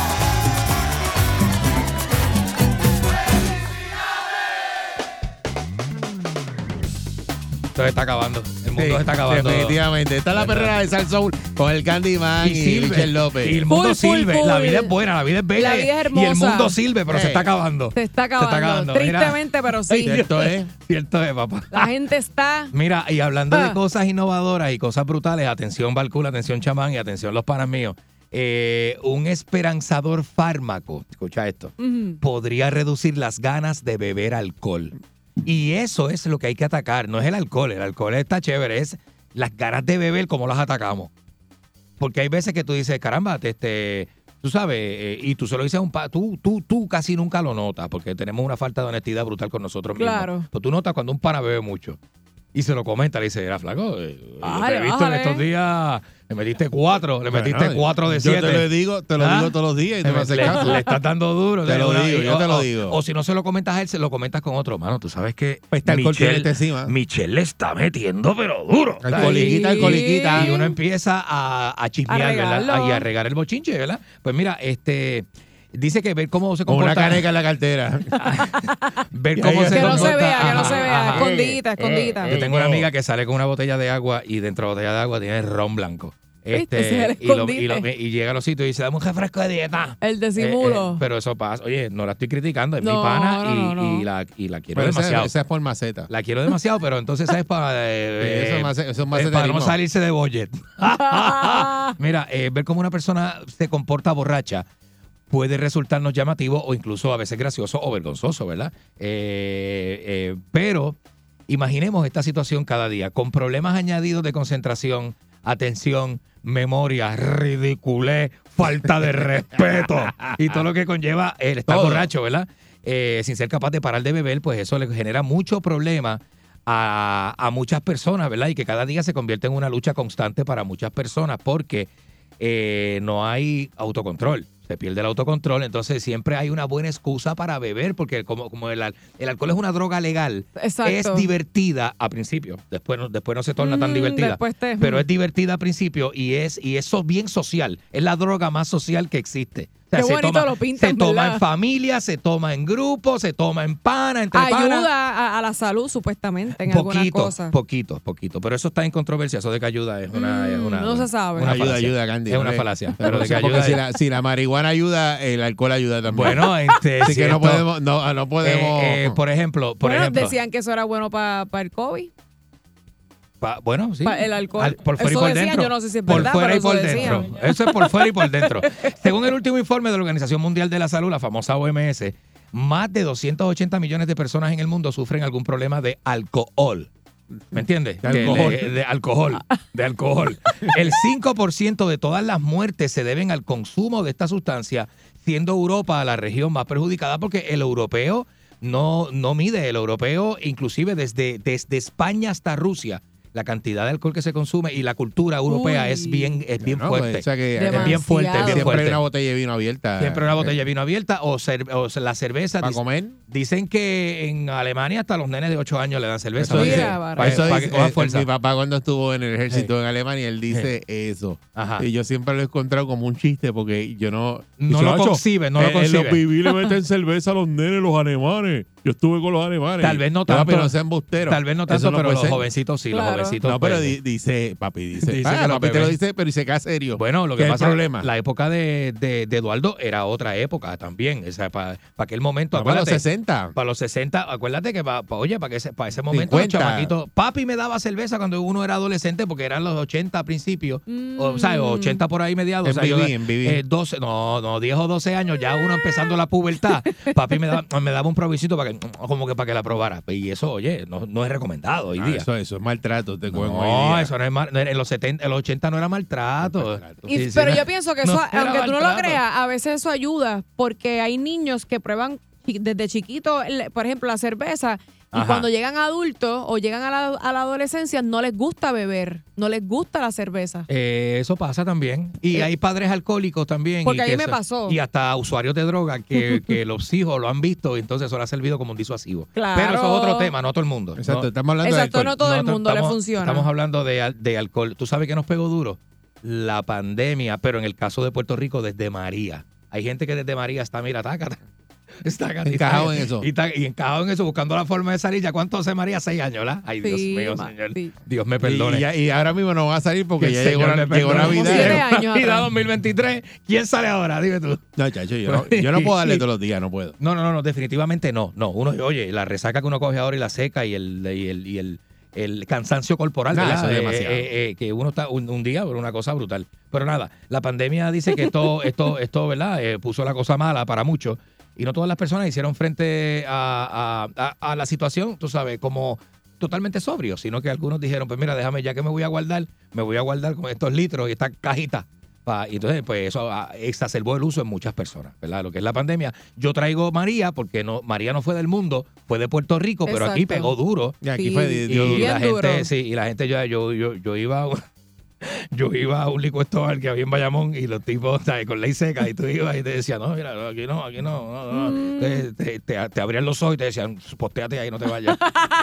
Esto se está acabando. El mundo Sí, se está acabando. definitivamente. Esta es la perrera de Salsón con el Candyman y, sirve. Michelle López. Y el mundo Full, full, sirve. La full. vida es buena, la vida es bella. La vida es Y el hermosa. mundo sirve, pero Eh. se está acabando. Se está acabando. acabando. Mira. Tristemente, pero sí. Cierto es. Cierto es, papá. La gente está. Mira, y hablando Ah. de cosas innovadoras y cosas brutales, atención Balcul, atención Chamán y atención los panas míos. Eh, un esperanzador fármaco, escucha esto, Ujú. podría reducir las ganas de beber alcohol. Y eso es lo que hay que atacar, no es el alcohol, el alcohol está chévere, es las ganas de beber, cómo las atacamos. Porque hay veces que tú dices, caramba, este, tú sabes, eh, y tú se lo dices a un pa, tú, tú, tú casi nunca lo notas, porque tenemos una falta de honestidad brutal con nosotros Claro. mismos. Pero tú notas cuando un pana bebe mucho. Y se lo comenta, le dice, era flaco, eh, yo Bájale, te he visto en bájale. estos días, le metiste cuatro, le metiste Bueno, cuatro de Yo siete. te lo digo, te lo ¿Ah? digo todos los días y tú me haces le, caso. le estás dando duro. Te o sea, lo digo, yo o- te lo o- digo. O si no se lo comentas a él, se lo comentas con otro. Mano, tú sabes que Pues está alcohol tiene Michelle, este encima. Michelle le está metiendo, pero duro. Alcoholiquita, Sí. alcoholiquita. Y uno empieza a, a chismear, A ¿verdad? regarlo. Y a regar el bochinche, ¿verdad? Pues mira, este dice que ver cómo se Con comporta. una caneca en la cartera. ver Y cómo ahí se Que no comporta. se vea, que no Ajá, se vea. ajá. Escondita, escondita. Yo tengo una amiga que sale con una botella de agua y dentro de la botella de agua tiene ron blanco. ¿Viste? Ese es el y, lo- y, lo- escondite. y llega a los sitios y dice, dame un refresco de dieta. El disimulo. Eh, eh, pero eso pasa. Oye, no la estoy criticando, es mi No, pana no, y, no, no. y la, y la quiero Pero esa, demasiado. esa es por maceta. La quiero demasiado, pero entonces, ¿sabes? Para, eh, Sí, eso es eh, mace- eso es eh, maceterismo. para no salirse de budget. Mira, eh, ver cómo una persona se comporta borracha puede resultarnos llamativo o incluso a veces gracioso o vergonzoso, ¿verdad? Eh, eh, pero imaginemos esta situación cada día, con problemas añadidos de concentración, atención, memoria, ridiculez, falta de respeto y todo lo que conlleva el estar Todo. borracho, ¿verdad? Eh, sin ser capaz de parar de beber, pues eso le genera mucho problema a, a muchas personas, ¿verdad? Y que cada día se convierte en una lucha constante para muchas personas porque eh, no hay autocontrol. Se pierde el autocontrol, entonces siempre hay una buena excusa para beber, porque como, como el, al- el alcohol es una droga legal, Exacto. es divertida a principio, después no, después no se torna tan Mm, divertida, después te- pero es divertida a principio y es y eso bien social, es la droga más social que existe. O sea, Qué se bonito toma, lo pintan, se toma ¿verdad? en familia, se toma en grupo, se toma en pana, entre panas. Ayuda a, a la salud, supuestamente, en algunas Poquito, cosas. poquito, poquito. Pero eso está en controversia. Eso de que ayuda es una. Mm, es una no se sabe. Una ayuda, falacia. ayuda, Candy. Es una hombre. falacia. Pero Pero de que porque ayuda. si, es- la, si la marihuana ayuda, el alcohol ayuda también. Bueno, este, Así si que no esto- podemos, no, no podemos. eh, eh, por ejemplo, por bueno, ejemplo. decían que eso era bueno para el COVID. pa- bueno, sí. pa- el alcohol. Al- por fuera Eso y por decían, dentro. yo no sé si es por verdad, fuera pero y por eso dentro. decían. Eso es por fuera y por dentro. Según el último informe de la Organización Mundial de la Salud, la famosa O M S, más de doscientos ochenta millones de personas en el mundo sufren algún problema de alcohol. ¿Me entiendes? De Que alcohol. le- de alcohol. De alcohol. El cinco por ciento de todas las muertes se deben al consumo de esta sustancia, siendo Europa la región más perjudicada porque el europeo no, no mide. El europeo, inclusive desde, desde España hasta Rusia, la cantidad de alcohol que se consume y la cultura europea Uy. es bien, es bien No, fuerte. pues, o sea que Demasiado. es bien fuerte, es bien siempre fuerte. hay una botella de vino abierta. Siempre una botella de vino abierta o, cer- o la cerveza. para Dic- comer. Dicen que en Alemania hasta los nenes de ocho años le dan cerveza. Eso Mira, dice- bárbaro. para, eso para dice- que cojan eh, fuerza. mi papá cuando estuvo en el ejército en Alemania, él dice eso. Ajá. Y yo siempre lo he encontrado como un chiste porque yo no... No lo Muchacho, concibe, no lo en- concibe. En los pibí le meten cerveza a los nenes, los alemanes. Yo estuve con los alemanes. Tal vez no papi, tanto. no sean busteros. Tal vez no tanto, Eso pero puede los ser. jovencitos sí, Claro. los jovencitos. No, pero pues, di- dice, papi, dice. Dice ah, que los papi te lo bebés- dice, pero dice que es serio. Bueno, lo que ¿Qué es pasa el problema? la época de, de, de Eduardo era otra época también. O sea, para aquel momento, No, para los acuérdate, sesenta. para los sesenta, acuérdate que, pa, pa- oye, para, que ese, para ese momento cincuenta. los chamaquitos, papi me daba cerveza cuando uno era adolescente porque eran los ochenta a principios, o, sea, ochenta por ahí mediados. En o sea, yo, B B, en B B. eh, doce, no, no, diez o doce años, ya uno empezando la pubertad, papi me daba, me daba un provisito para que, como que para que la probara. Y eso, oye, no, no es recomendado hoy Ah, día. eso, eso es maltrato. Te cogen hoy No, día. eso no es mal, en los setenta, en los ochenta no era maltrato. Maltrato. Y- Sí, sí, pero no- yo pienso que no eso, era aunque tú no lo maltrato. creas, a veces eso ayuda porque hay niños que prueban chi- desde chiquito, el- por ejemplo, la cerveza y Ajá. cuando llegan adultos o llegan a la, a la adolescencia no les gusta beber, no les gusta la cerveza. Eh, eso pasa también. Y Eh, hay padres alcohólicos también. porque y a mí que me eso- pasó. Y hasta usuarios de droga que, que los hijos lo han visto y entonces eso le ha servido como un disuasivo. Claro. Pero eso es otro tema, no todo el mundo. Exacto, No- estamos hablando Exacto, de no alcohol. todo el no, mundo le estamos- funciona. Estamos hablando de, al- de alcohol. ¿Tú sabes qué nos pegó duro? La pandemia, pero en el caso de Puerto Rico, desde María. Hay gente que desde María está, mira, tácata. Está acá, Encajado está- en eso. Y, está- y encajado en eso, buscando la forma de salir. ¿Ya cuánto hace María? Seis años, ¿verdad? Ay, Dios Sí, mío, ma- señor. sí. Dios me Y, perdone. ya- y ahora mismo no va a salir porque Que ya el llegó, Señor la- me llegó perdone. Como Navidad. siete años Navidad atrás. dos mil veintitrés. ¿Quién sale ahora? Dime tú. No, chacho, yo no, yo no puedo darle todos los días, no puedo. No, no, no, no, definitivamente no. No, uno, oye, la resaca que uno coge ahora y la seca y el, y el, y el, el cansancio corporal, Nah, ¿verdad? eso es Eh, demasiado. eh, eh, que uno está un, un día por una cosa brutal. Pero nada, la pandemia dice que esto, esto, esto, ¿verdad? Eh, puso la cosa mala para muchos. Y no todas las personas hicieron frente a, a- a- a la situación, tú sabes, como totalmente sobrio, sino que algunos dijeron, pues mira, déjame, ya que me voy a guardar, me voy a guardar con estos litros y esta cajita. Pa- Y entonces, pues eso ah, exacerbó el uso en muchas personas, ¿verdad? Lo que es la pandemia. Yo traigo María, porque no María no fue del mundo, fue de Puerto Rico, pero aquí Exacto. pegó duro. Y aquí Sí. fue, Y dio duro. Bien la gente, duro. sí, y la gente, yo, yo, yo, yo iba a un- yo iba a un liquor store que había en Bayamón y los tipos, ¿sabes? Con ley seca, y tú ibas y te decían, no, mira, aquí no, aquí no, no, no. Mm. Te, te- te- te abrían los ojos y te decían, postéate ahí, no te vayas.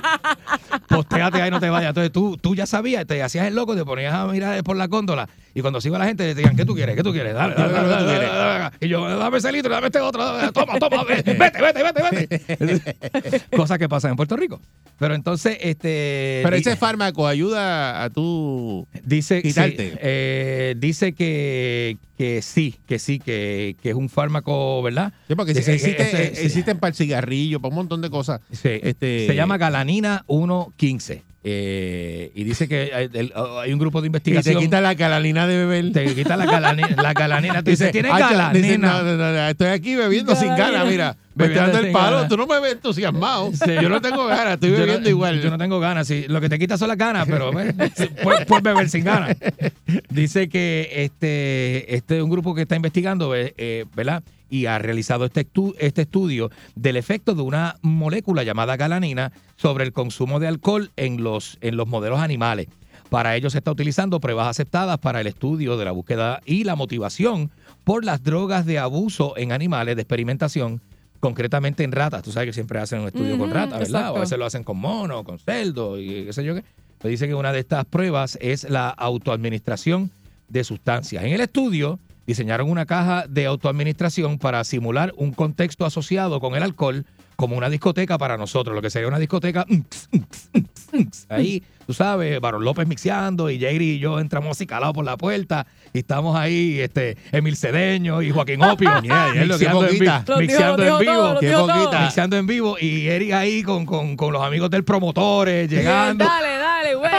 Postéate ahí, no te vayas. Entonces tú, tú ya sabías, te hacías el loco, te ponías a mirar por la góndola y cuando se iba la gente te decían, ¿qué tú quieres? ¿Qué tú quieres? Dale, dale, dale, dale, dale, dale, dale. Y yo, dame ese litro, dame este otro, dame, toma, toma, vete, vete, vete, vete, vete. Cosas que pasan en Puerto Rico. Pero entonces, este... Pero di- ese fármaco ayuda a tu... Dice, Quitarte. sí, eh, dice que, que sí, que sí, que, que es un fármaco, ¿verdad? Sí, porque Dice que existe, ese- sí. existen para el cigarrillo, para un montón de cosas. Sí, Este- se llama galanina uno quince. Eh, y dice que hay, el- hay un grupo de Y te investigación. quita la calalina de beber. te quita la galanina. La galanina. Tú dices, ¿tienes "Ah, ya", galanina? dice, no, no, no, no, estoy aquí bebiendo sin Galanina. ganas, mira. Me estoy Bebiendo dando el sin palo. ganas. Tú no me ves entusiasmado. Sí. Yo no tengo ganas, estoy Yo no- bebiendo igual. Yo no tengo ganas. Sí. Lo que te quita son las ganas, pero pues, puedes, puedes beber sin ganas. Dice que este, este un grupo que está investigando, eh, eh, ¿verdad? Y ha realizado este, estu- este estudio del efecto de una molécula llamada galanina sobre el consumo de alcohol en los, en los modelos animales. Para ello se está utilizando pruebas aceptadas para el estudio de la búsqueda y la motivación por las drogas de abuso en animales de experimentación, concretamente en ratas. Tú sabes que siempre hacen un estudio con Ujú, ratas, ¿verdad? exacto. O a veces lo hacen con monos, con cerdos y qué sé yo qué. Pues dice que una de estas pruebas es la autoadministración de sustancias. En el estudio diseñaron una caja de autoadministración para simular un contexto asociado con el alcohol como una discoteca para nosotros, lo que sería una discoteca. Ahí, tú sabes, Barón López mixeando y Jerry y yo entramos así calados por la puerta y estamos ahí, este, Emil Cedeño y Joaquín Opio, Yeah, yeah, lo que mixeando, en, vi- poquita. Lo dijo, mixeando lo en dijo vivo. todo, lo Qué dijo todo. poquita. Mixeando en vivo y Eric ahí con, con, con los amigos del promotores llegando. Dale, dale, güey,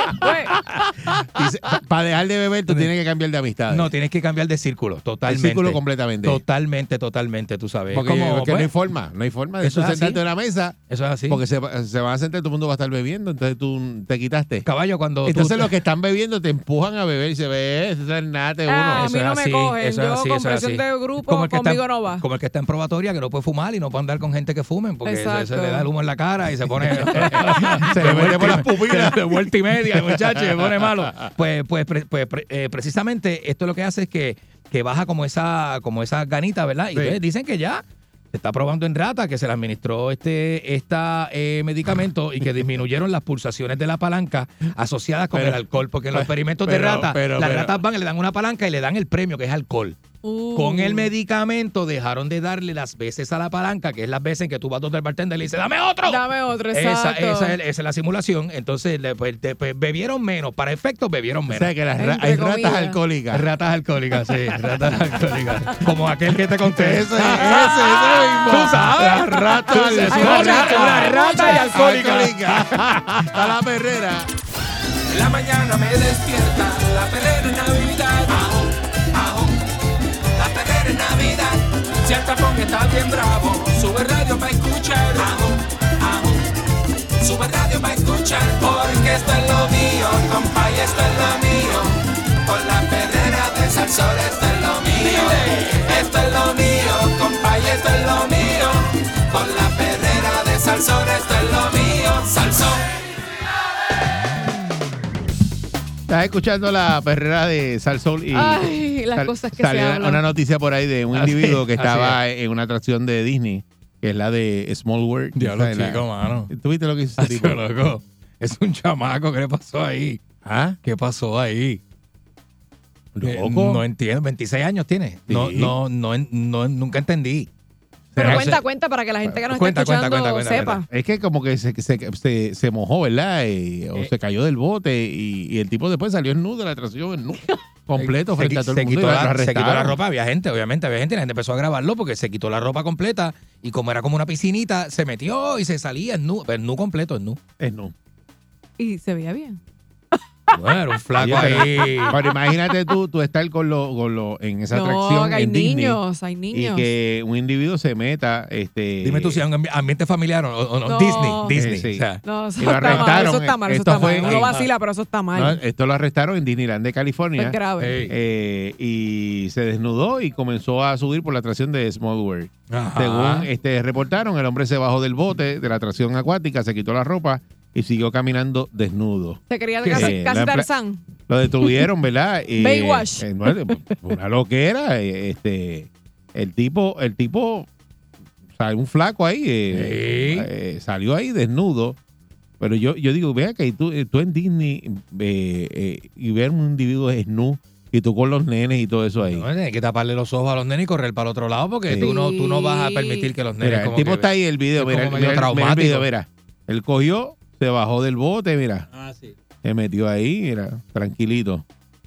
güey. Para dejar de beber, tú tienes que cambiar de amistad. No, tienes que cambiar de círculo, el totalmente. círculo completamente. Totalmente, totalmente, tú sabes. Porque, Como, porque no pues, hay forma. No hay forma de eso tú es así. sentarte en una mesa. eso es así. Porque se, se van a sentar, todo el mundo va a estar bebiendo. Entonces tú te quitaste. Caballo, cuando tú- Entonces los que están bebiendo te empujan a beber y se ve, eso es nada de uno. Ah, a Eso mí es no me así, cogen. eso es Yo así, con eso es presión así. de grupo, Como el que está conmigo en- no va. Como el que está en probatoria, que no puede fumar y no puede andar con gente que fumen, porque se, Exacto. se le da el humo en la cara y se pone. Se le mete por las pupilas. De vuelta y media, muchacho, me pone malo. Pues, pues, pre- pues pre- eh, precisamente esto lo que hace es que, que baja como esa, como esa ganita, ¿verdad? Y Sí. entonces dicen que ya se está probando en rata, que se le administró este esta, eh, medicamento y que disminuyeron las pulsaciones de la palanca asociadas con Pero- el alcohol. Porque en los experimentos pero- de rata, pero- las pero- ratas van y le dan una palanca y le dan el premio, que es alcohol. Uh. Con el medicamento dejaron de darle las veces a la palanca, que es las veces en que tú vas donde el bartender y le dices, ¡dame otro! Dame otro, Esa, exacto. esa es, esa es la simulación. Entonces, le- pues, te- pues, bebieron menos. Para efectos, bebieron O menos. sea que las ra- Entre hay ratas comillas. alcohólicas. Ratas alcohólicas, sí, ratas alcohólicas. Como aquel que te conté. Ese, ese, ese mismo. Tú sabes. Las ratas Tú sabes, alcohólicas. una rata- una rata y alcohólica. Está la perrera. En la mañana me despierta la perrera en Navidad. Ajo, ajo, la perrera en Navidad. Si el tapón está bien bravo, sube radio para escuchar. Ajo, ajo, sube radio para escuchar. Porque esto es lo mío, compa, y esto es lo mío. Con la perrera de Salsón, esto es lo mío. Esto es lo mío, compa, y esto es lo mío. Con la perrera de Salsón, esto es lo mío. Salsón. Estás escuchando la perrera de Salsol y Ay, las sal- cosas que salió se una- hablan. una noticia por ahí de un Así individuo que es, estaba así en una atracción de Disney, que es la de Small World. Diablo, ¿Sabes? La- chico, mano. ¿Tú viste lo que hizo ese tipo? Acho, loco. Es un chamaco. ¿Qué le pasó ahí? ¿Ah? ¿Qué pasó ahí? Eh, ¿Loco? No entiendo. veintiséis años tiene. No, Sí. no, no, no, nunca entendí. Pero Será- cuenta, cuenta para que la gente que nos Cuenta, está cuenta, escuchando cuenta, cuenta, sepa. cuenta. Es que como que se, se, se, se mojó, ¿verdad? Eh, o Eh. se cayó del bote y, y el tipo después salió desnudo de la atracción, desnudo, completo Se- frente a todo se el mundo. quitó y lo la, se quitó la arrestaron. ropa, había gente, obviamente, había gente, y la gente empezó a grabarlo porque se quitó la ropa completa y como era como una piscinita, se metió y se salía en pero nu completo, en nu. Es no. Y se veía bien. Bueno, era un flaco Oye, pero- ahí. Pero imagínate tú, tú estar con lo, con lo, en esa No, atracción que hay en Disney niños, hay y niños. que un individuo se meta, este, Dime tú si es un ambi- ambiente familiar o, o no. No. Disney, Disney. Eh, sí. O sea, No, eso Y lo está mal, arrestaron. eso está mal, eso Esto está fue mal. Uno en- vacila, pero eso está mal. ¿no? Esto lo arrestaron en Disneyland de Eso California. es grave. Ey. eh, y se desnudó y comenzó a subir por la atracción de Small World. ajá. Según este reportaron, el hombre se bajó del bote de la atracción acuática, se quitó la ropa y siguió caminando desnudo. Se quería ¿Qué? casi, Eh, casi la empla- Tarzán. Lo detuvieron, ¿verdad? Y, Baywatch. eh, bueno, una loquera. eh, Este, el tipo, el tipo, o sea, un flaco ahí, eh, Sí. eh, salió ahí desnudo. Pero yo, yo digo, vea que tú, eh, tú en Disney eh, eh, y ver un individuo desnudo y tú con los nenes y todo eso ahí. No, tienes que taparle los ojos a los nenes y correr para el otro lado porque Sí. tú, no, tú no vas a permitir que los nenes. Mira, el como tipo que- está ahí, el video, es mira, como el- medio mira, el- mira el traumático. video, mira. Él cogió, se bajó del bote, mira. Ah, sí. Se metió ahí, mira, tranquilito.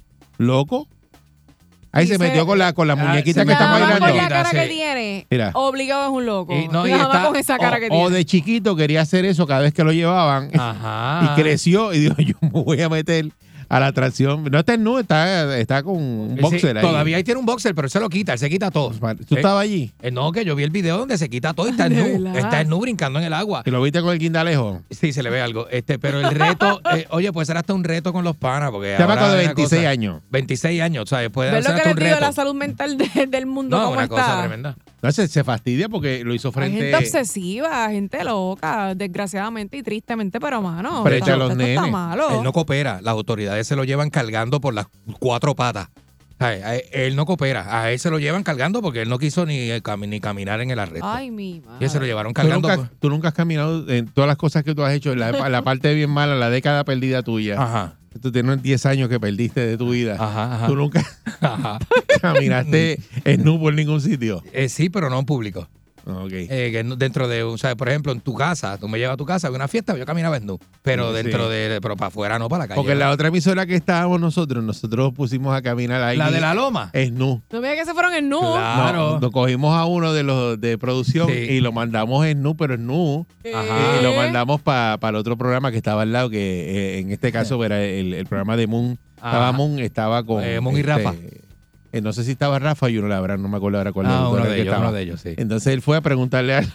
Loco. Ahí se Dice- metió con la, con la Ah, muñequita se que está Nada más bailando. con la bailando. cara que Sí. tiene, Mira. obligado es un loco. Y no, y Nada más está- con esa cara que O, tiene. o de chiquito quería hacer eso cada vez que lo llevaban Ajá. y creció y dijo, yo me voy a meter a la atracción. No está nu, está, está con un Sí, boxer ahí. Todavía ahí tiene un boxer, pero él se lo quita, él se quita todo. ¿Tú Eh, estabas allí? eh, no, que yo vi el video donde se quita todo y está ¿De en nu. verdad? Está en nu brincando en el agua. ¿Y lo viste con el guindalejo? Sí, se le ve algo. Este, pero el reto, eh, oye, puede ser hasta un reto con los panas. Porque Chamaco ahora de hay una veintiséis cosa- años. veintiséis años, ¿sabes? Puede ¿Ves ser lo que hasta les un digo reto. la salud mental de- del mundo? No, ¿Cómo una está? cosa tremenda. No, se, se fastidia porque lo hizo Hay frente gente obsesiva, gente loca, desgraciadamente y tristemente, pero mano, Frente esto- a los esto está nenes. malo. Él no coopera. Las autoridades se lo llevan cargando por las cuatro patas. ¿Sabes? A él- Él no coopera. A él se lo llevan cargando porque él no quiso ni, eh, cami- ni caminar en el arresto. Ay, mi Y madre. se lo llevaron ¿Tú cargando. nunca, por- tú nunca has caminado en todas las cosas que tú has hecho, en la, la parte bien mala, la década perdida tuya. Ajá. Tú tienes diez años que perdiste de tu vida. Ajá, ajá. Tú nunca Ajá. caminaste en nu por ningún sitio. Eh, sí, pero no en público. Ok. Eh, que no- dentro de, o sea, por ejemplo, en tu casa, tú me llevas a tu casa, había una fiesta, yo caminaba en nu. Pero Sí. dentro de, pero para afuera, no para la calle. Porque en ¿no? la otra emisora que estábamos nosotros, nosotros pusimos a caminar ahí. La de la loma. Es nu. No me digas que se fueron en nu. Claro. No, nos cogimos a uno de los de producción Sí. y lo mandamos en nu, pero en nu. Ajá. Y lo mandamos para el otro programa que estaba al lado, que eh, en este caso era el, el programa de Moon. Estaba Ajá. Moon, estaba con. Eh, Moon y Rafa. eh, no sé si estaba Rafa y uno, la verdad, no me acuerdo ahora cuál Ah, los uno dos de que ellos, estaba. uno de ellos, sí. Entonces él fue a preguntarle al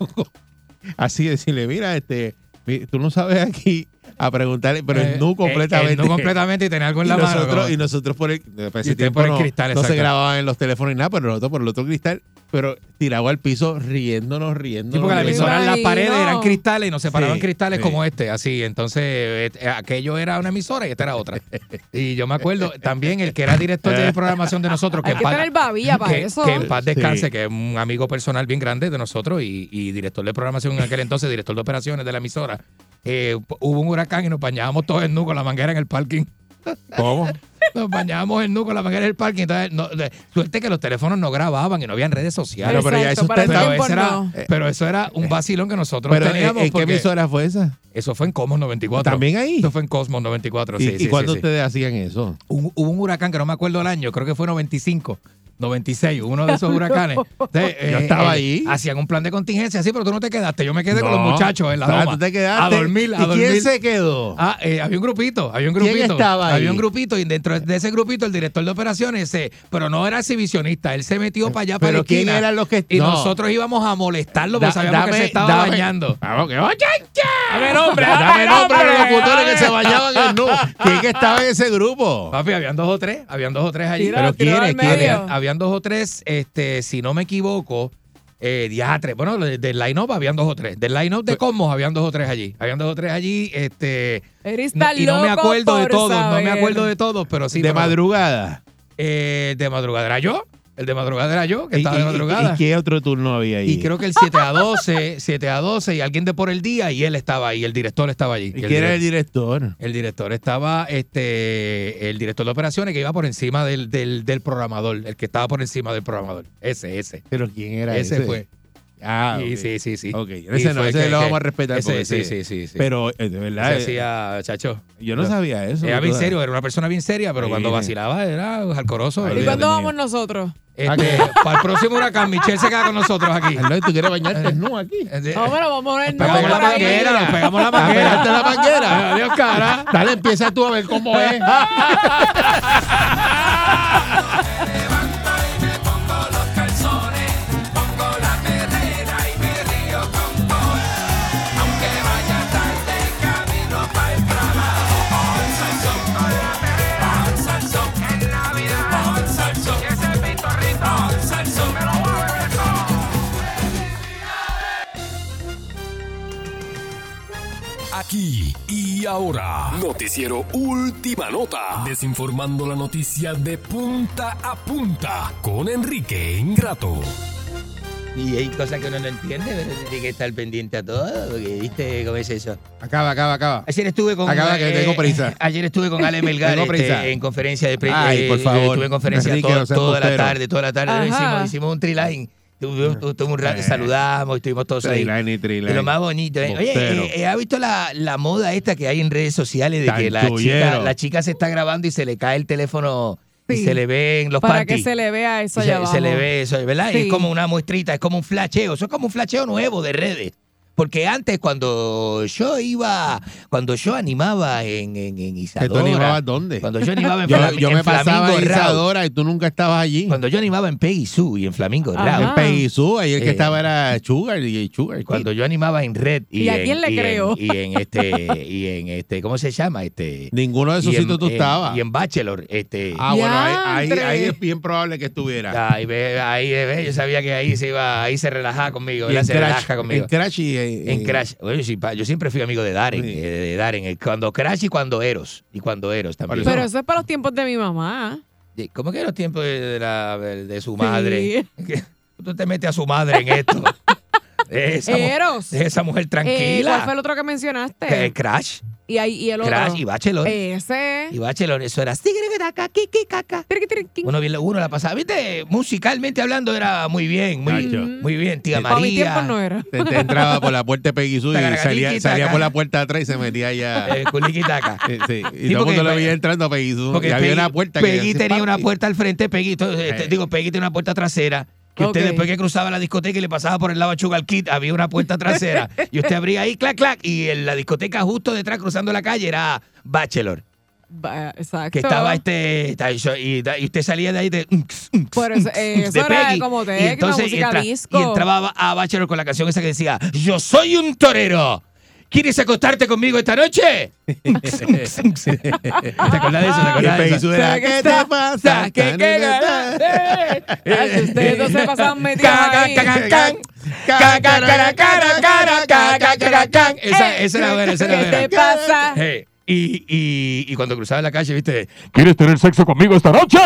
así decirle, mira, este, mi- tú no sabes aquí, a preguntarle, pero Eh, en nu eh, completamente. en nu completamente y tenía algo en Y la mano. nosotros, como- y nosotros por el, para Y ese usted tiempo por el no, cristal, no se exacto. grababan en los teléfonos ni nada, pero nosotros por el otro cristal pero tirado al piso, riéndonos, riéndonos. Sí, porque la riéndonos. emisora, las Imagino. paredes eran cristales y nos separaban Sí, cristales sí. como este, así. Entonces, eh, aquello era una emisora y esta era otra. Y yo me acuerdo también el que era director de programación de nosotros, que Hay en que paz- tener babilla para que, eso. que en paz descanse, Sí. que es un amigo personal bien grande de nosotros y, y director de programación en aquel entonces, director de operaciones de la emisora. Eh, hubo un huracán y nos bañábamos todos en nu con la manguera en el parking. ¿Cómo? Nos bañábamos en nu con la manguera en el parking. Entonces, no, de- suerte que los teléfonos no grababan y no habían redes sociales. Pero- pero ya eso para el usted Pero, tiempo eso era, no. pero eso era un vacilón que nosotros Pero, ¿en, teníamos. en qué porque emisora fue esa? Eso fue en Cosmos noventa y cuatro. ¿También ahí? Eso fue en Cosmos noventa y cuatro, ¿Y, sí. y sí, cuándo sí, sí. ustedes hacían eso? Un- hubo un huracán que no me acuerdo el año, creo que fue noventa y cinco, noventa y seis, uno de esos huracanes. Entonces, Yo estaba ahí. Hacían un plan de contingencia, sí, pero tú no te quedaste. Yo me quedé con No. los muchachos en la Ah, doma. tú te quedaste. A dormir, a ¿Y quién dormir. se quedó? Ah, eh, había un grupito, había un grupito. ¿Quién estaba ahí? Había un grupito y dentro de ese grupito el director de operaciones, eh, pero no era exhibicionista, él se metió para allá, para ¿Pero la quién esquina. eran los que- Y no. nosotros íbamos a molestarlo porque Da- sabíamos que dame- se estaba dame- bañando. Vamos, que oye, Dame nombre, dame nombre a los nombre, locutores que dame. se bañaban en nu. ¿Quién que estaba en ese grupo? Papi, habían dos o tres, habían dos o tres allí. Tira, Pero tira ¿quiénes? al ¿quiénes? medio. Habían, habían dos o tres, este, si no me equivoco, eh, diatre. Bueno, de- del line-up habían dos o tres. Del line-up de Cosmos habían dos o tres allí. Habían dos o tres allí, este. Eres no- tan y no me loco acuerdo de por todos, no me saber. acuerdo de todos, pero sí. de pero- madrugada. eh, de madrugada era yo. El de madrugada era yo, que ¿Y, estaba de y- madrugada. y qué otro turno había ahí? Y creo que el siete a doce, siete a doce y alguien de por el día y él estaba ahí, el director estaba allí. ¿Y Y el quién era direct- el director? El director estaba, este, el director de operaciones que iba por encima del, del, del programador, el que estaba por encima del programador. Ese, ese. ¿Pero quién era ese? Ese fue. Ah, Sí, ok. sí, sí, sí. Ok, Y ese no, fue ese que- lo que- vamos a respetar. ese, porque sí, ese- sí, sí, sí. Pero, eh, de verdad, Se eh, hacía, chacho. yo no sabía eso. Era bien Tú- serio, era una persona bien seria, pero cuando Sí. vacilaba era jalcoroso. Ay, ¿Y Dios cuándo mío. vamos nosotros? Este, para el próximo huracán, Michelle se queda con nosotros aquí. Ay, no, ¿tú quieres bañarte nu aquí? No, pero vamos a poner Pegamos la por ahí. manguera, nos pegamos la Ah, manguera. pegaste la manguera. Adiós, cara. Dale, empieza tú a ver cómo es. Levanto y me pongo los calzones, pongo la perrera y me río con todo. Aunque vaya tarde, camino para el trabajo. Pon salsón con la perrera, pon salsón en Navidad, pon salsón y ese pitorrito, pon salsón, me lo voy a beber todo. Aquí y ahora. Noticiero Última Nota. Desinformando la noticia de punta a punta con Enrique Ingrato. Y hay cosas que uno no entiende, pero tiene que estar pendiente a todo, porque viste cómo es eso. Acaba, acaba, acaba. Ayer estuve con Acaba, que tengo prisa. Ayer estuve con Ale Melgar Tengo este, prisa. en conferencia de prensa. Ay, por favor. Estuve en conferencia Enrique, todo- no seas toda la embustero. tarde, toda la tarde. Ajá. Hicimos, hicimos un triline. Tuvimos, tuvimos un rato, Eh. saludamos, estuvimos todos ahí. Triline y triline. Y lo más bonito, ¿eh? Oye, Embustero. eh, eh, ¿ha visto la, la moda esta que hay en redes sociales de Tan que la chica, chullero. la chica se está grabando y se le cae el teléfono y Sí. se le ven los Para panties? que se le vea eso Y allá se, abajo. se le ve eso, ¿verdad? Y Sí. es como una muestrita, es como un flasheo. Eso es como un flasheo nuevo de redes. Porque antes, cuando yo iba, cuando yo animaba en, en, en ¿Que Isadora. tú animabas dónde? Cuando yo animaba en, Yo, Flam- yo en me pasaba Flamingo en Rao. Isadora y tú nunca estabas allí. Cuando yo animaba en Peggy Sue y en Flamingo Ajá. Rao. En Peggy Sue, ahí el que Eh, estaba era Sugar y Sugar. Kid. Cuando yo animaba en Red. Y, ¿Y a en- quién le y en- creo? y en este, y en este, ¿cómo se llama? Este. Ninguno de esos y en- sitios tú en- estabas. Y en Bachelor, este. Ah, bueno, ahí, ahí, Diantre. ahí es bien probable que estuviera. Ahí, ve, ahí ve, yo sabía que ahí se iba, ahí se relajaba conmigo, Y ¿verdad? en Se Crash, relaja conmigo. en Crash y eh, En eh, Crash. Oye, sí, pa- yo siempre fui amigo de Darren, Sí. eh, de Darren. eh, Cuando Crash y cuando Eros. Y cuando Eros también. Pero eso es para los tiempos de mi mamá. Sí, ¿cómo que los tiempos de, de la, de su madre? Sí. ¿Qué? Tú te metes a su madre en esto. Esa, mu- Eros. esa mujer Eh, ¿Cuál tranquila. fue el otro que mencionaste? Que Crash. Y, ahí, y el otro. Crash y Bachelor. Ese. Y Bachelor, eso era tigre-caca, kiki-caca. Triqui, triqui. Uno, bien- uno la pasaba. Viste, musicalmente hablando era muy bien, muy, Nacho. muy bien. Tía Para mi tiempo María. no era. te, te entraba por la puerta de Peggy Sue y Tagaragatiqui, salía, salía taca. por la puerta de atrás y se metía allá. Eh, culiquitaca. Sí, sí. Y Sí, todo el porque mundo lo Pe- veía entrando a Peggy Sue. Porque Y había Peggy, una puerta que Peggy hacía tenía una papi. puerta al frente, Peggy, entonces, Eh. te digo, Peggy tenía una puerta trasera. Que usted Ok. después que cruzaba la discoteca y le pasaba por el lado a Sugar Kid, había una puerta trasera. Y usted abría ahí, clac, clac, y en la discoteca justo detrás, cruzando la calle, era Bachelor. Ba- Exacto. Que estaba este, esta- y, y usted salía de ahí de... Por eso, eh, eso de era Peggy. como Y tecno, entonces música entra- disco. y entraba a Bachelor con la canción esa que decía, yo soy un torero ¿Quieres acostarte conmigo esta noche? ¿Te acuerdas de eso? ¿Te acuerdas de eso? ¿Qué te pasa? ¿Qué, qué ganas? Ay, ustedes no se pasaban metidos ahí. Esa, esa era buena, esa era ¿Qué buena. te pasa? Hey, y, y, y cuando cruzaba la calle, ¿viste? ¿Quieres tener sexo conmigo esta noche?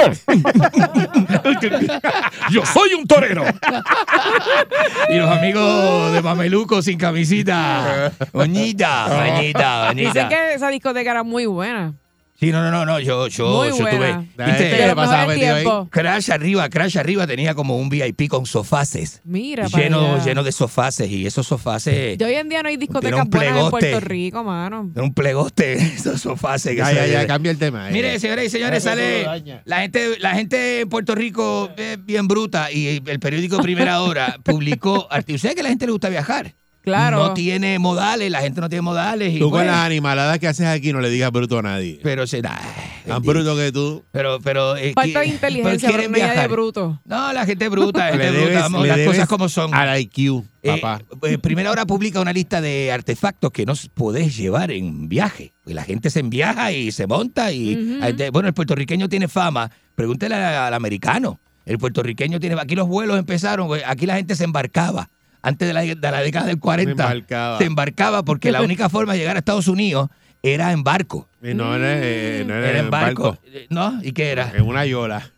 Yo soy un torero. Y los amigos de Mameluco sin camisita. Oñita, oñita, oñita. Dicen que esa discoteca era muy buena. Sí, no, no, no, no, yo, yo, Muy yo tuve, buena. ¿viste? De los pasaba mejores metido ahí? tiempos. Crash arriba, Crash arriba tenía como un V I P con sofaces. Mira, para Lleno, allá. lleno de sofaces. Y esos sofaces, Y hoy en día no hay Tiene discotecas un buenas en plegote. Puerto Rico, mano. un plegoste, esos sofaces. que Ya, se- ya, ya, cambia el tema. eh. Mire, señoras y señores, Eso lo sale daña. la gente, la gente en Puerto Rico es bien bruta y el periódico Primera Hora publicó, ¿usted que a la gente le gusta viajar? Claro. No tiene modales, la gente no tiene modales. Y Tú con pues, las animaladas que haces aquí no le digas bruto a nadie. pero será. Tan bruto que tú. Pero, pero. eh, Falta de qui- inteligencia, pero pero no hay de viajar. bruto. No, la gente es bruta, la Le gente es bruta. debes, Vamos, le las debes cosas como son. al I Q, Eh, papá. eh, Primera Hora publica una lista de artefactos que no podés llevar en viaje. Pues la gente se enviaja y se monta. Y Ujú. eh, de- bueno, el puertorriqueño tiene fama. Pregúntele al, al americano. El puertorriqueño tiene. Aquí los vuelos empezaron. pues, Aquí la gente se embarcaba. Antes de la, de la década del cuarenta. Se embarcaba. Se embarcaba porque la única forma de llegar a Estados Unidos era en barco. Eh, no era, eh, no era, Era en en barco. barco. Eh, ¿No? ¿Y qué era? En una yola.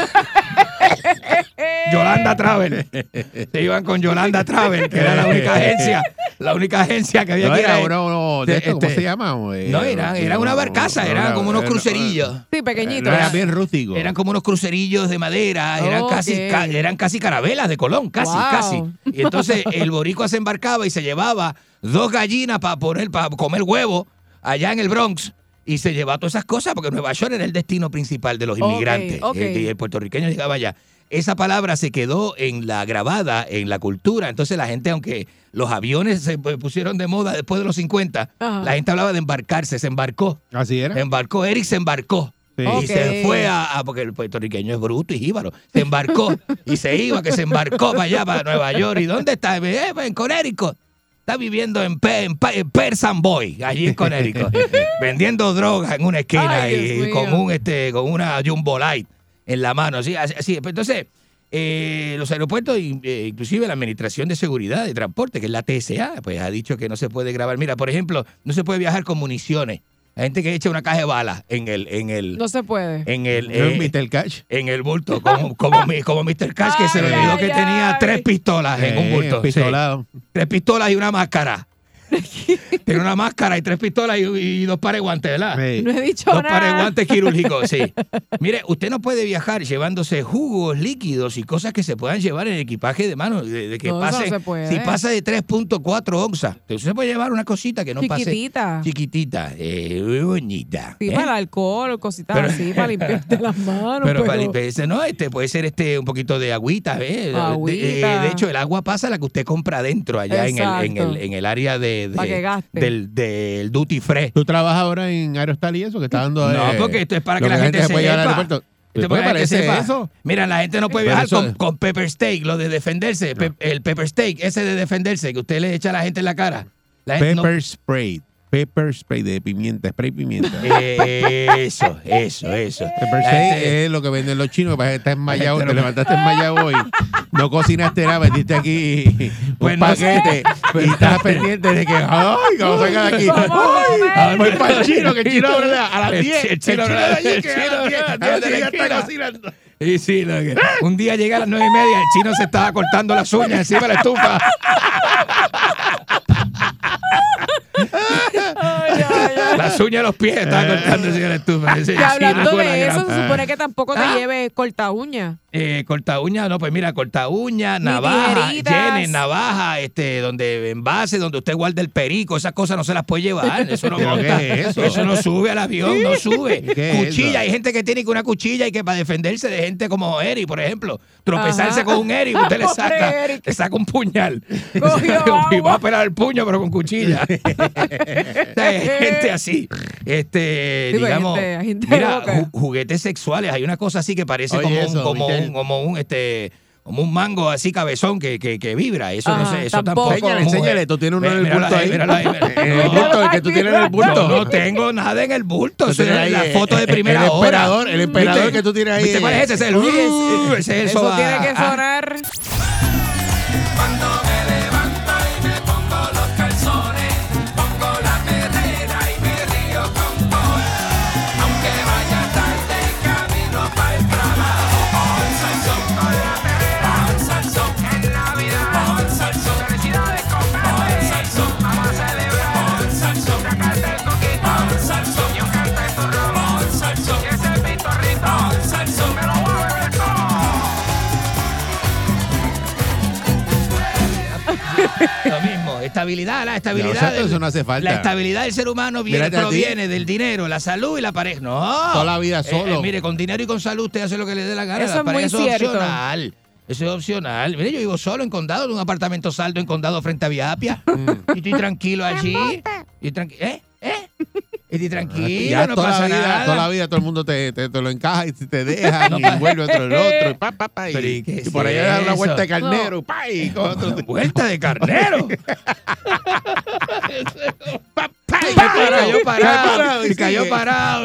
Yolanda Travel. Se iban con Yolanda Travel, que era la única agencia, la única agencia que había No que era ir. uno, uno de Este- esto, ¿cómo este- se llama? Eh, No, era, era una barcaza, no, eran no, como unos no, crucerillos. Sí, pequeñito. No, era bien rústico. Eran como unos crucerillos de madera, eran Ok. casi ca- eran casi carabelas de Colón, casi, Wow. casi. Y entonces el boricua se embarcaba y se llevaba dos gallinas para poner, para comer huevo allá en el Bronx. Y se llevaba todas esas cosas porque Nueva York era el destino principal de los Ok, inmigrantes. ok. Eh, Y el puertorriqueño llegaba allá. Esa palabra se quedó en la grabada, en la cultura. Entonces la gente, aunque los aviones se pusieron de moda después de los cincuenta, Ajá. la gente hablaba de embarcarse, se embarcó. Así era. Embarcó, Eric se embarcó. Sí. Y Ok. se fue a, a- porque el puertorriqueño es bruto y jíbaro. Se embarcó y se iba, que se embarcó para allá, para Nueva York. ¿Y dónde está? Eh, en Connecticut. Está viviendo en, Pe- en, Pa- en Persan Boy, allí en Connecticut. vendiendo drogas en una esquina Ay, y, Dios y con mío. un este con una Jumbo Light en la mano. Así, así, así. Entonces, eh, los aeropuertos, y, eh, inclusive la Administración de Seguridad de Transporte, que es la T S A, pues ha dicho que no se puede grabar. Mira, por ejemplo, no se puede viajar con municiones. La gente que echa una caja de balas en el, en el, No se puede. en el, ¿No eh, es mister Cash? en el bulto, como, como, mi- como mister Cash, que se le Ay, olvidó ay, que tenía ay. tres pistolas en un Eh, bulto. Sí. pistolado. Tres pistolas y una máscara. Tiene una máscara y tres pistolas y, y dos pares de guantes, ¿verdad? Sí. No he dicho Dos nada. pares de guantes quirúrgicos, sí. Mire, usted no puede viajar llevándose jugos, líquidos y cosas que se puedan llevar en el equipaje de mano, de, de que No, eso pase, no se puede. si pasa de tres punto cuatro onzas. Entonces usted puede llevar una cosita que no Chiquitita. pase. Chiquitita. Eh, muy bonita. Sí, ¿eh? para el alcohol, cositas Pero- así, para limpiarte las manos. Pero, Pero, para limpiarse, no, este puede ser este un poquito de agüita, ¿eh? Agüita. De, eh, de hecho, el agua pasa la que usted compra adentro, allá en el, en, Exacto. el, en el área de, de- Pa' que gaste. del, del duty free. ¿Tú trabajas ahora en Aerostar y eso? Que está dando. No, eh, porque esto es para lo que la gente se puede llevar al sepa. aeropuerto. Esto es ¿Te para que parece sepa. eso? Mira, la gente no puede Pero viajar eso- con, con pepper steak, lo de defenderse. pe- el pepper steak, ese de defenderse, que usted le echa a la gente en la cara. La gente no- Pepper spray. Pepper spray de pimienta, spray pimienta. Eso, eso, eso. Pepper La spray gente- es lo que venden los chinos, que parece que estás enmayado, La gente te no- levantaste enmayado hoy, no cocinaste nada, metiste aquí un Pues no paquete sé. y estás pendiente de que, ay, vamos a sacar de aquí. Vamos a comer. Ay, voy para el chino, que el chino abre a las El diez. chi- el El chino chino de abre- allí, el que a chino las diez, a abre las de la diez ya está esquina. cocinando. Y sí, lo que- un día llega a las nueve y media, el chino se estaba cortando las uñas encima de la estufa. Ay, ay, ay. Las uñas de los pies estaba cortando encima de la estufa. Ese Y chino hablando fue la de eso, gran- se supone que tampoco te Ah. lleves corta uña. Eh, corta uña, no, pues mira, corta uña, Ni navaja, tijeritas. llenes, navaja, este, donde envase, donde usted guarda el perico, esas cosas no se las puede llevar. Eso no ¿Pero monta. qué es eso? no sube al avión, no sube. ¿Qué es Cuchilla, eso? hay gente que tiene que una cuchilla y que para defenderse de gente como Eri, por ejemplo, tropezarse Ajá. con un Eri, usted le Pobre saca, Eric. le saca un puñal. Cogió y va a agua. pelar el puño, pero con cuchilla. O sea, hay gente así. Este, Sí, pues, digamos, gente- gente mira, loca. ju- juguetes sexuales. Hay una cosa así que parece Oye, como, eso, un, como, Michelle. un, como un, este, Como un mango así cabezón que, que, que vibra. Eso no Ajá, sé, eso tampoco. tampoco. Enséñale, enséñale, tú tienes uno en el Míralo bulto ahí. míralo ahí, míralo. En el bulto, el que tú tienes en el bulto. Yo no tengo nada en el bulto. Tú Eso tienes es ahí, la eh, foto de el- primera el hora. emperador, el emperador ¿Viste? que tú tienes ahí. ¿Viste cuál es ese? Es el, uh, ese es el Eso soba- tiene que ah, sonar. Cuando me levanto y me pongo los calzones, pongo la perrera y me río con gol. Aunque vaya tarde camino para el trabajo, pon salsón con la perrera, pon salsón en Navidad, pon salsón, felicidades compadre, pon salsón, vamos a celebrar, pon salsón, sacarte el coquito, pon salsón, y un canto de turrón, pon salsón, y ese pitorrito, pon salsón, me lo voy a beber todo. Lo mismo, estabilidad, la estabilidad. No, o sea, del- eso no hace falta. La estabilidad del ser humano viene, Mírate a ti. proviene del dinero, la salud y la pareja. No. Toda la vida Eh, solo. eh, mire, con dinero y con salud usted hace lo que le dé la gana. Eso la es muy pareja eso cierto. es opcional. Eso es opcional. Mire, yo vivo solo en Condado, en un apartamento saldo en Condado frente a Vía Apia. Y estoy tranquilo allí. Y tranqui ¿Eh? ¿Eh? Y estoy tranquilo, Ya no toda pasa la vida, nada. toda la vida todo el mundo te, te, te lo encaja y te deja No y pasa- vuelve otro el otro y pa, pa, pa, y, Pero, ¿y qué y por allá da es una vuelta de eso? carnero, pa, y con otro. Vuelta de carnero. Pa, pa, y Y cae parado, cayó cae parado. y Y cayó sigue. parado.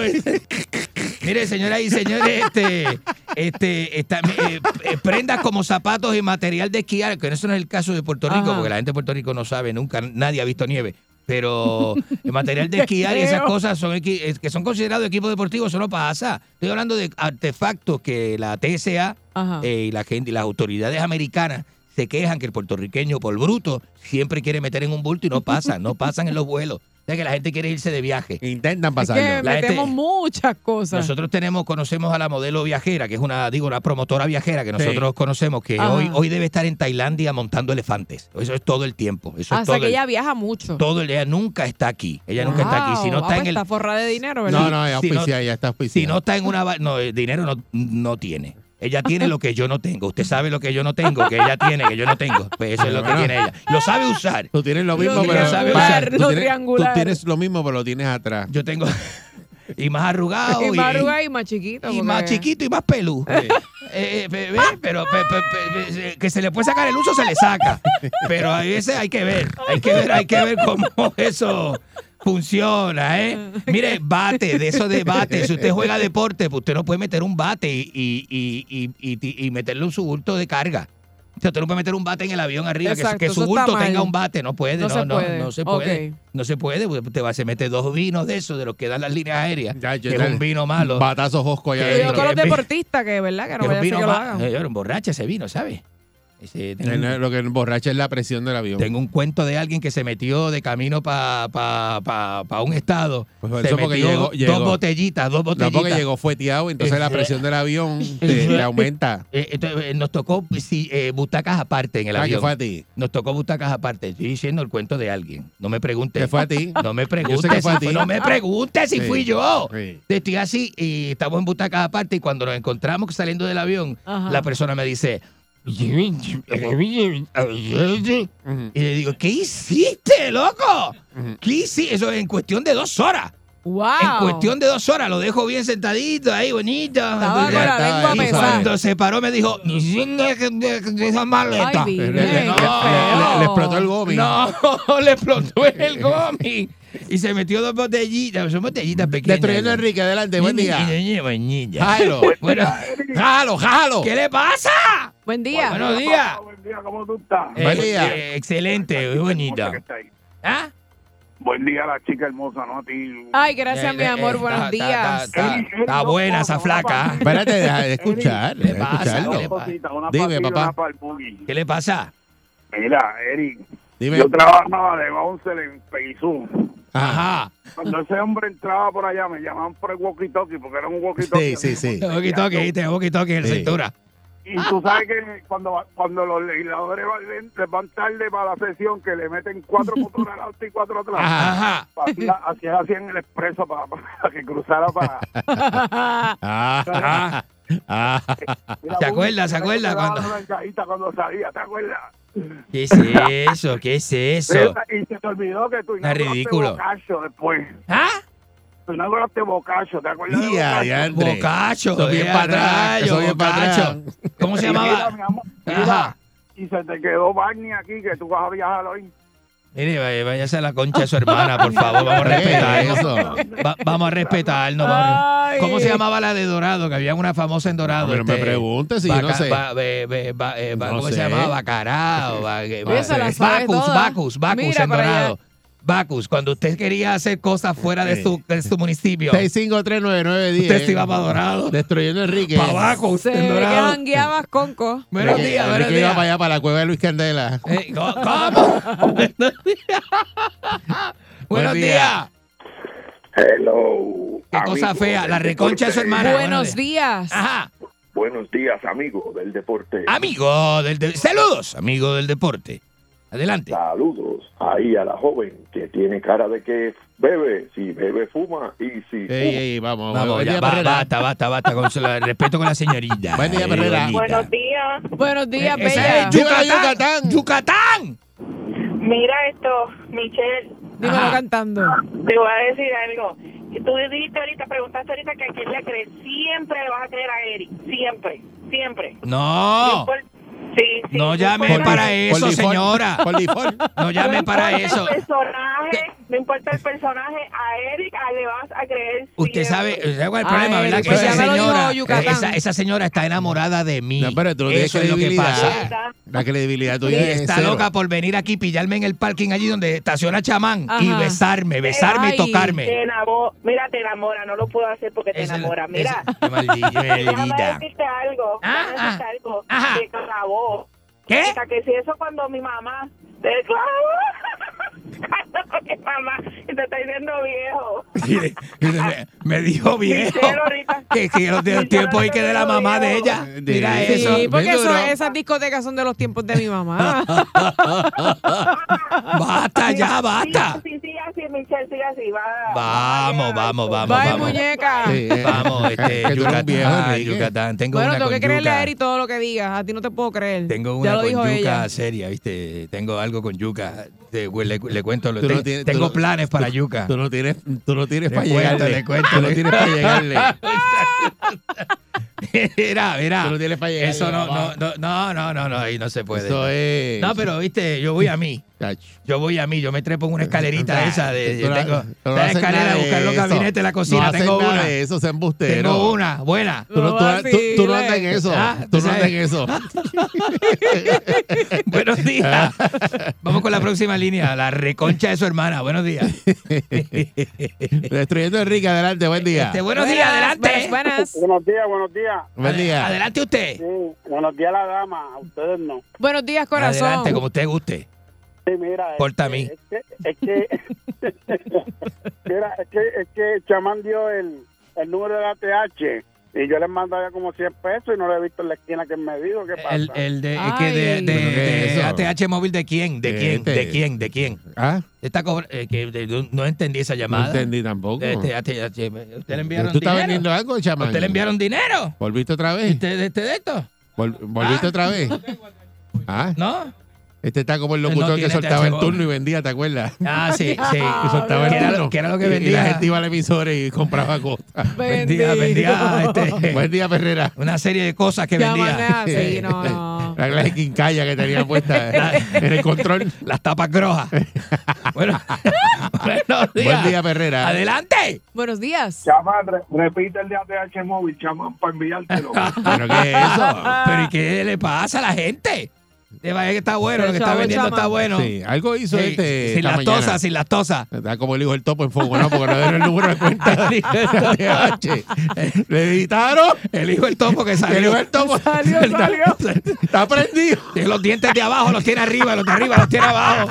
Mire, señoras y señores, este, este, esta- eh, eh, prendas como zapatos y material de esquiar, que eso no es el caso de Puerto Rico, Ajá. porque la gente de Puerto Rico no sabe, nunca, nadie ha visto nieve. Pero el material de esquiar y esas feo. cosas son equi- eh, que son considerados equipos deportivos, eso no pasa. Estoy hablando de artefactos que la T S A Ajá. eh, y la gente y las autoridades americanas se quejan que el puertorriqueño, por bruto, siempre quiere meter en un bulto y no pasan, no pasan en los vuelos. O sea que la gente quiere irse de viaje. Intentan Es pasarlo. que La gente- metemos muchas cosas. Nosotros tenemos, conocemos a la modelo viajera, que es una, digo, una promotora viajera que Sí. nosotros conocemos, que Ajá. hoy, hoy debe estar en Tailandia montando elefantes. Eso es todo el tiempo. Eso Ah, es o sea todo que el, ella viaja mucho. todo el día. Nunca está aquí. Ella nunca está aquí. Si no Wow. está Ah, en pues el, está forrada de dinero, ¿verdad? No, no, es Si no- auspiciada, ya está auspiciada. si no está en una, ba- no, el dinero no, no tiene. Ella tiene lo que yo no tengo. Usted sabe lo que yo no tengo, que ella tiene, que yo no tengo. Pues eso es lo que Bueno. tiene ella. Lo sabe usar. Tú tienes lo mismo, Lo pero triangular, tú lo tienes- triangular. Tú tienes lo mismo, pero lo tienes atrás. Yo tengo y más arrugado y y, más arrugada y más chiquito. y porque- más chiquito y más pelú. Eh, eh, pe- ve, pero pe- pe- pe- pe- que se le puede sacar el uso, se le saca. Pero a veces hay que ver, hay que ver, hay que ver cómo eso funciona, ¿eh? Mire, bate, de eso de bate. Si usted juega deporte, pues usted no puede meter un bate y, y, y, y, y- y meterle un su bulto de carga. O sea, usted no puede meter un bate en el avión arriba, que- Exacto, que, eso su está bulto mal. tenga un bate. No puede, No no, se no, puede. no se puede. Ok. No se puede, porque te va, se mete dos vinos de esos, de los que dan las líneas aéreas, Ya, que ya, es ya. un vino malo. Batazo Josco allá Que Cuidado adentro. con los que- deportistas, que verdad, que que no es un vaya a ser vino que lo ma- hagan. eh, emborracha ese vino, ¿sabes? Ese- tengo, En un, el- Lo que emborracha es la presión del avión. tengo un cuento de alguien que se metió de camino para pa, pa, pa un estado. Pues se eso porque metió llegó- llegó. dos botellitas, dos No, botellitas. porque llegó fueteado, entonces la presión del avión te, te aumenta. Eh, entonces, eh, nos tocó sí, eh, butacas aparte en el Ah, ¿qué avión. fue a ti? Nos tocó butacas aparte. Estoy diciendo el cuento de alguien. No me preguntes. ¿Qué fue a ti? No me Yo sé preguntes que fue a si ti. fue- no me preguntes si Sí. fui yo. Sí. Estoy así y estamos en butacas aparte y cuando nos encontramos saliendo del avión, Ajá. la persona me dice... Y le digo, ¿qué hiciste, loco? ¿Qué hiciste? Eso en cuestión de dos horas. ¡Wow! En cuestión de dos horas. Lo dejo bien sentadito ahí, bonito. Estaba con la estaba lengua ahí, Y pesada. cuando se paró me dijo, esa maleta. Ay, Le, Virgen, le- qué le- le- feo. le explotó el gomi. No, le explotó el gomi. Y se metió dos botellitas. Son botellitas pequeñas. Destruyendo a Enrique, adelante, buen día. Jalo, Bueno, jalo, jalo. ¿qué le pasa? Buen día. Buenos días. Buen día, ¿cómo tú estás? Buen Eh, día. eh, excelente, muy bonita. ¿Ah? Buen día a la chica hermosa, ¿no? A ti. Ay, gracias, Eh, mi eh, amor. eh, Buenos está- días. Está, está- está buena esa flaca. Espérate, deja de escuchar, ¿Qué le deja de pasa? escucharlo. ¿Qué le pasa? Cosita, una Dime, pastilla, papá. una para el boogie. ¿Qué le pasa? Mira, Eric, Dime. yo trabajaba de bouncer en Peguizú. Ajá. Cuando ese hombre entraba por allá, me llamaban por el walkie-talkie, porque era un walkie-talkie. Sí, sí, sí. Tengo que toque, tengo que toque en la Sí. cintura. Y tú sabes que cuando, cuando los legisladores van, les van tarde para la sesión, que le meten cuatro motores adelante y cuatro atrás. Ajá. Así, así hacían el expreso para, para que cruzara para... Ah, Ajá. ah. Mira, ¿Se Boogie, acuerda? ¿Se acuerda me daban cuando- una encaíta cuando salía, ¿te acuerdas? ¿Qué es eso? ¿Qué es eso? Y se te olvidó que tú Es inauguraste ridículo. Bocacho después. ¿Ah? Tú inauguraste Bocacho, ¿te acuerdas de Ya, Bocacho? ya, André. Bocacho. Eso bien eh, para atrás, atrayo, eso bien para bocacho. atrás. ¿Cómo se Mira, llamaba? mi amor, Ajá. Y se te quedó Barney aquí, que tú vas a viajar hoy. Mire, vaya- váyase a la concha de su hermana, por favor. Vamos a respetarnos. eso? Va- vamos a respetarnos. vamos a- Ay. ¿Cómo se llamaba la de Dorado? Que había una famosa en Dorado. Pero me este, pregunte si yo no Baca- sé. ba- be- be- ba- eh, ba- No ¿Cómo sé. se llamaba? Bacará. o ba- eh, ba- Esa la eh, sabe Bacus, toda. Bacus, Bacus Mira en para allá. Dorado. Bacus, cuando usted quería hacer cosas fuera de su, de su municipio, seis cinco tres nueve nueve uno cero. usted se iba para Dorado. Destruyendo Enrique. Para Bacus, Se en ve que Dorado. jangueabas conco. Buenos Enrique- días, buenos Enrique iba días. para allá, para la cueva de Luis Candela. Eh, ¿Cómo? ¿Cómo? Buenos días. Hello. Qué cosa fea. La reconcha de su hermana. Buenos días. Ajá. Buenos días, amigo del deporte. Amigo del de- saludos, amigo del deporte. Adelante. Saludos ahí a la joven que tiene cara de que bebe, si bebe fuma y si fuma. Ey, ey, vamos. Vamos, Buen ya, día, ba- Perrera. basta, basta, basta. Con su- respeto con la señorita. Buen día, Eh, Perrera. doñita. Buenos días. Buenos días, Esa bella. es Yucatán. Yucatán. Yucatán. Mira esto, Michelle, Dímelo Ajá. cantando. te voy a decir algo. Tú dijiste ahorita, preguntaste ahorita que a quién le crees. Siempre le vas a creer a Eric. Siempre, siempre. No. impor- Sí, sí, No llame importa- para eso, Por default. señora. Por default. No llame no para importa eso. El personaje, no importa el personaje, a Eric a le vas a creer. Usted siempre. sabe, ¿sabe cuál es el Ah, problema, Eric, verdad? Que pues esa ya me lo dijo señora, Yucatán. esa, esa señora está enamorada de mí. No, pero tú no tienes Eso es lo que credibilidad. pasa. La credibilidad Y tuya es está cero. loca por venir aquí, pillarme en el parking allí donde estaciona Chamán y Ajá. besarme, besarme Ay, y tocarme. Te enamora, mira, te enamora, no lo puedo hacer porque te Esa- enamora. Mira, esa- qué maldita, déjame maldita. decirte algo, Ah, déjame decirte ah, algo, ajá. te clavó. ¿Qué? Chica, que si eso cuando mi mamá te clavó, cuando mi mamá y te está diciendo viejo. Mire, mire, me, me dijo viejo. Michelle ahorita. Que, que los de los tiempos hay que de la mamá de ella. Mira Sí, eso. Sí, porque bien eso- duro. esas discotecas son de los tiempos de mi mamá. Basta ya, basta. Sí, sí, sí, así, Michelle, sigue así. Va, Vamos, vamos, vamos, Bye, vamos. muñeca. Sí, eh. Vamos, este, Que tú eres un Yucatán, viejo, ah, Enrique. Yucatán. Tengo Bueno, una tengo con que creerle yuca. a Eri todo lo que digas. A ti no te puedo creer. Tengo ya una lo con dijo yuca ella. seria, ¿viste? Tengo algo con yuca. Te- le, le cuento, lo- Tú no te- tienes- tengo tú no- planes para yuca. Tú no tienes, tú no tienes Le para cuento, llegarle. le cuento, Tú no le- tienes para llegarle. Mira, mira. Tú no tienes para llegarle. Eso no, papá. no, no, no, no, no, ahí no se puede. Eso es. No, pero viste, yo voy a mí. Chacho. Yo voy a mí, yo me trepo en una escalerita esa de, Tú yo no- tengo tú no la haces escalera nada de de buscar los eso. gabinetes de la No cocina, haces tengo nada una. de eso, se embustero. Tengo una, buena. Tú no, tú, No tú- tú no vaciles. andas en eso. Ah, tú tú no andas sabes. en eso. Buenos días. Vamos con la próxima línea, la reconcha de su hermana. Buenos días. Destruyendo Enrique, adelante, buen día. Este, buenos días, adelante. Buenas, buenas. Buenos días, buenos días. Buen día. Adelante usted. Sí, buenos días a la dama, a ustedes no. Buenos días, corazón. Adelante, como usted guste. Sí, mira, Porta es a mí. que- Es que, es que, mira, es que, es que Chamán dio el, el número de la T H y yo les mando ya como cien pesos y no lo he visto en la esquina que me dijo. ¿Qué pasa? El, el de, es Ay. que de, de, ¿Pero qué es de eso? A T H móvil de quién, de ¿Qué quién, este? de quién, de quién. Ah, Está cobra- eh, que de- no entendí esa no llamada. entendí tampoco. De este A T H. ¿Usted le enviaron ¿Tú estás dinero? vendiendo algo, chamán? ¿Usted le enviaron dinero? ¿Volviste otra vez? ¿Usted de, este, de esto? Vol- ¿Volviste Ah. otra vez? Ah, ¿No? este está como el No locutor que tiene soltaba T el H turno y vendía, ¿te acuerdas? Ah, sí, sí. Que soltaba ¿Qué el era, turno. lo- qué era lo que Y- vendía? Y la gente iba al emisor y compraba cosas. Vendía, vendía este, Buen día, Ferrera. una serie de cosas que Llaman vendía. así, no, no. La clase de quincalla que tenía puesta en el control. Las tapas grojas. Bueno, buenos días. Buen día, Ferrera. Adelante. Buenos días. Chamán, re- repite el de A T H móvil, Chamán, para enviártelo. ¿Pero qué es eso? Pero ¿y qué le pasa a la gente? Te vaya que está bueno, lo que está Chavo, vendiendo chama. está bueno. Sí, algo hizo Sí, este sin esta las mañana. tosas, sin las tosas. Está como el hijo del topo en fuego, ¿no? Porque no dieron el número de cuenta de T H. Le editaron. El hijo del topo que El hijo salió. del topo Salió, salió. está prendido. Tiene los dientes de abajo, los tiene arriba, los de arriba los tiene abajo.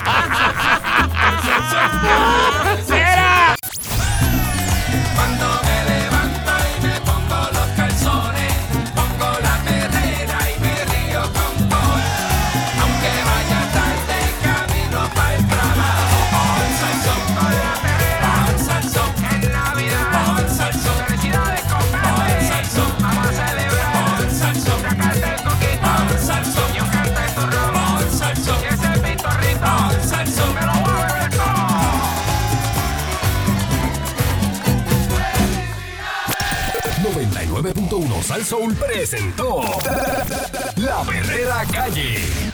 ¡Era! Cuando me levanto y me pongo los calzones, pongo la perrera y me río con todo. Aunque vaya tarde, camino para el trabajo. Pon salsón con la perrera, pon salsón en Navidad, pon salsón. Felicidades, compadre. Pon salsón, vamos a celebrar. Pon salsón, sacarte el coquito. Pon salsón, y un canto de turrón. Pon salsón, y ese pitorrito. Pon salsón, me lo voy a beber todo. noventa y nueve punto uno Sal Soul presentó La Perrera la calle.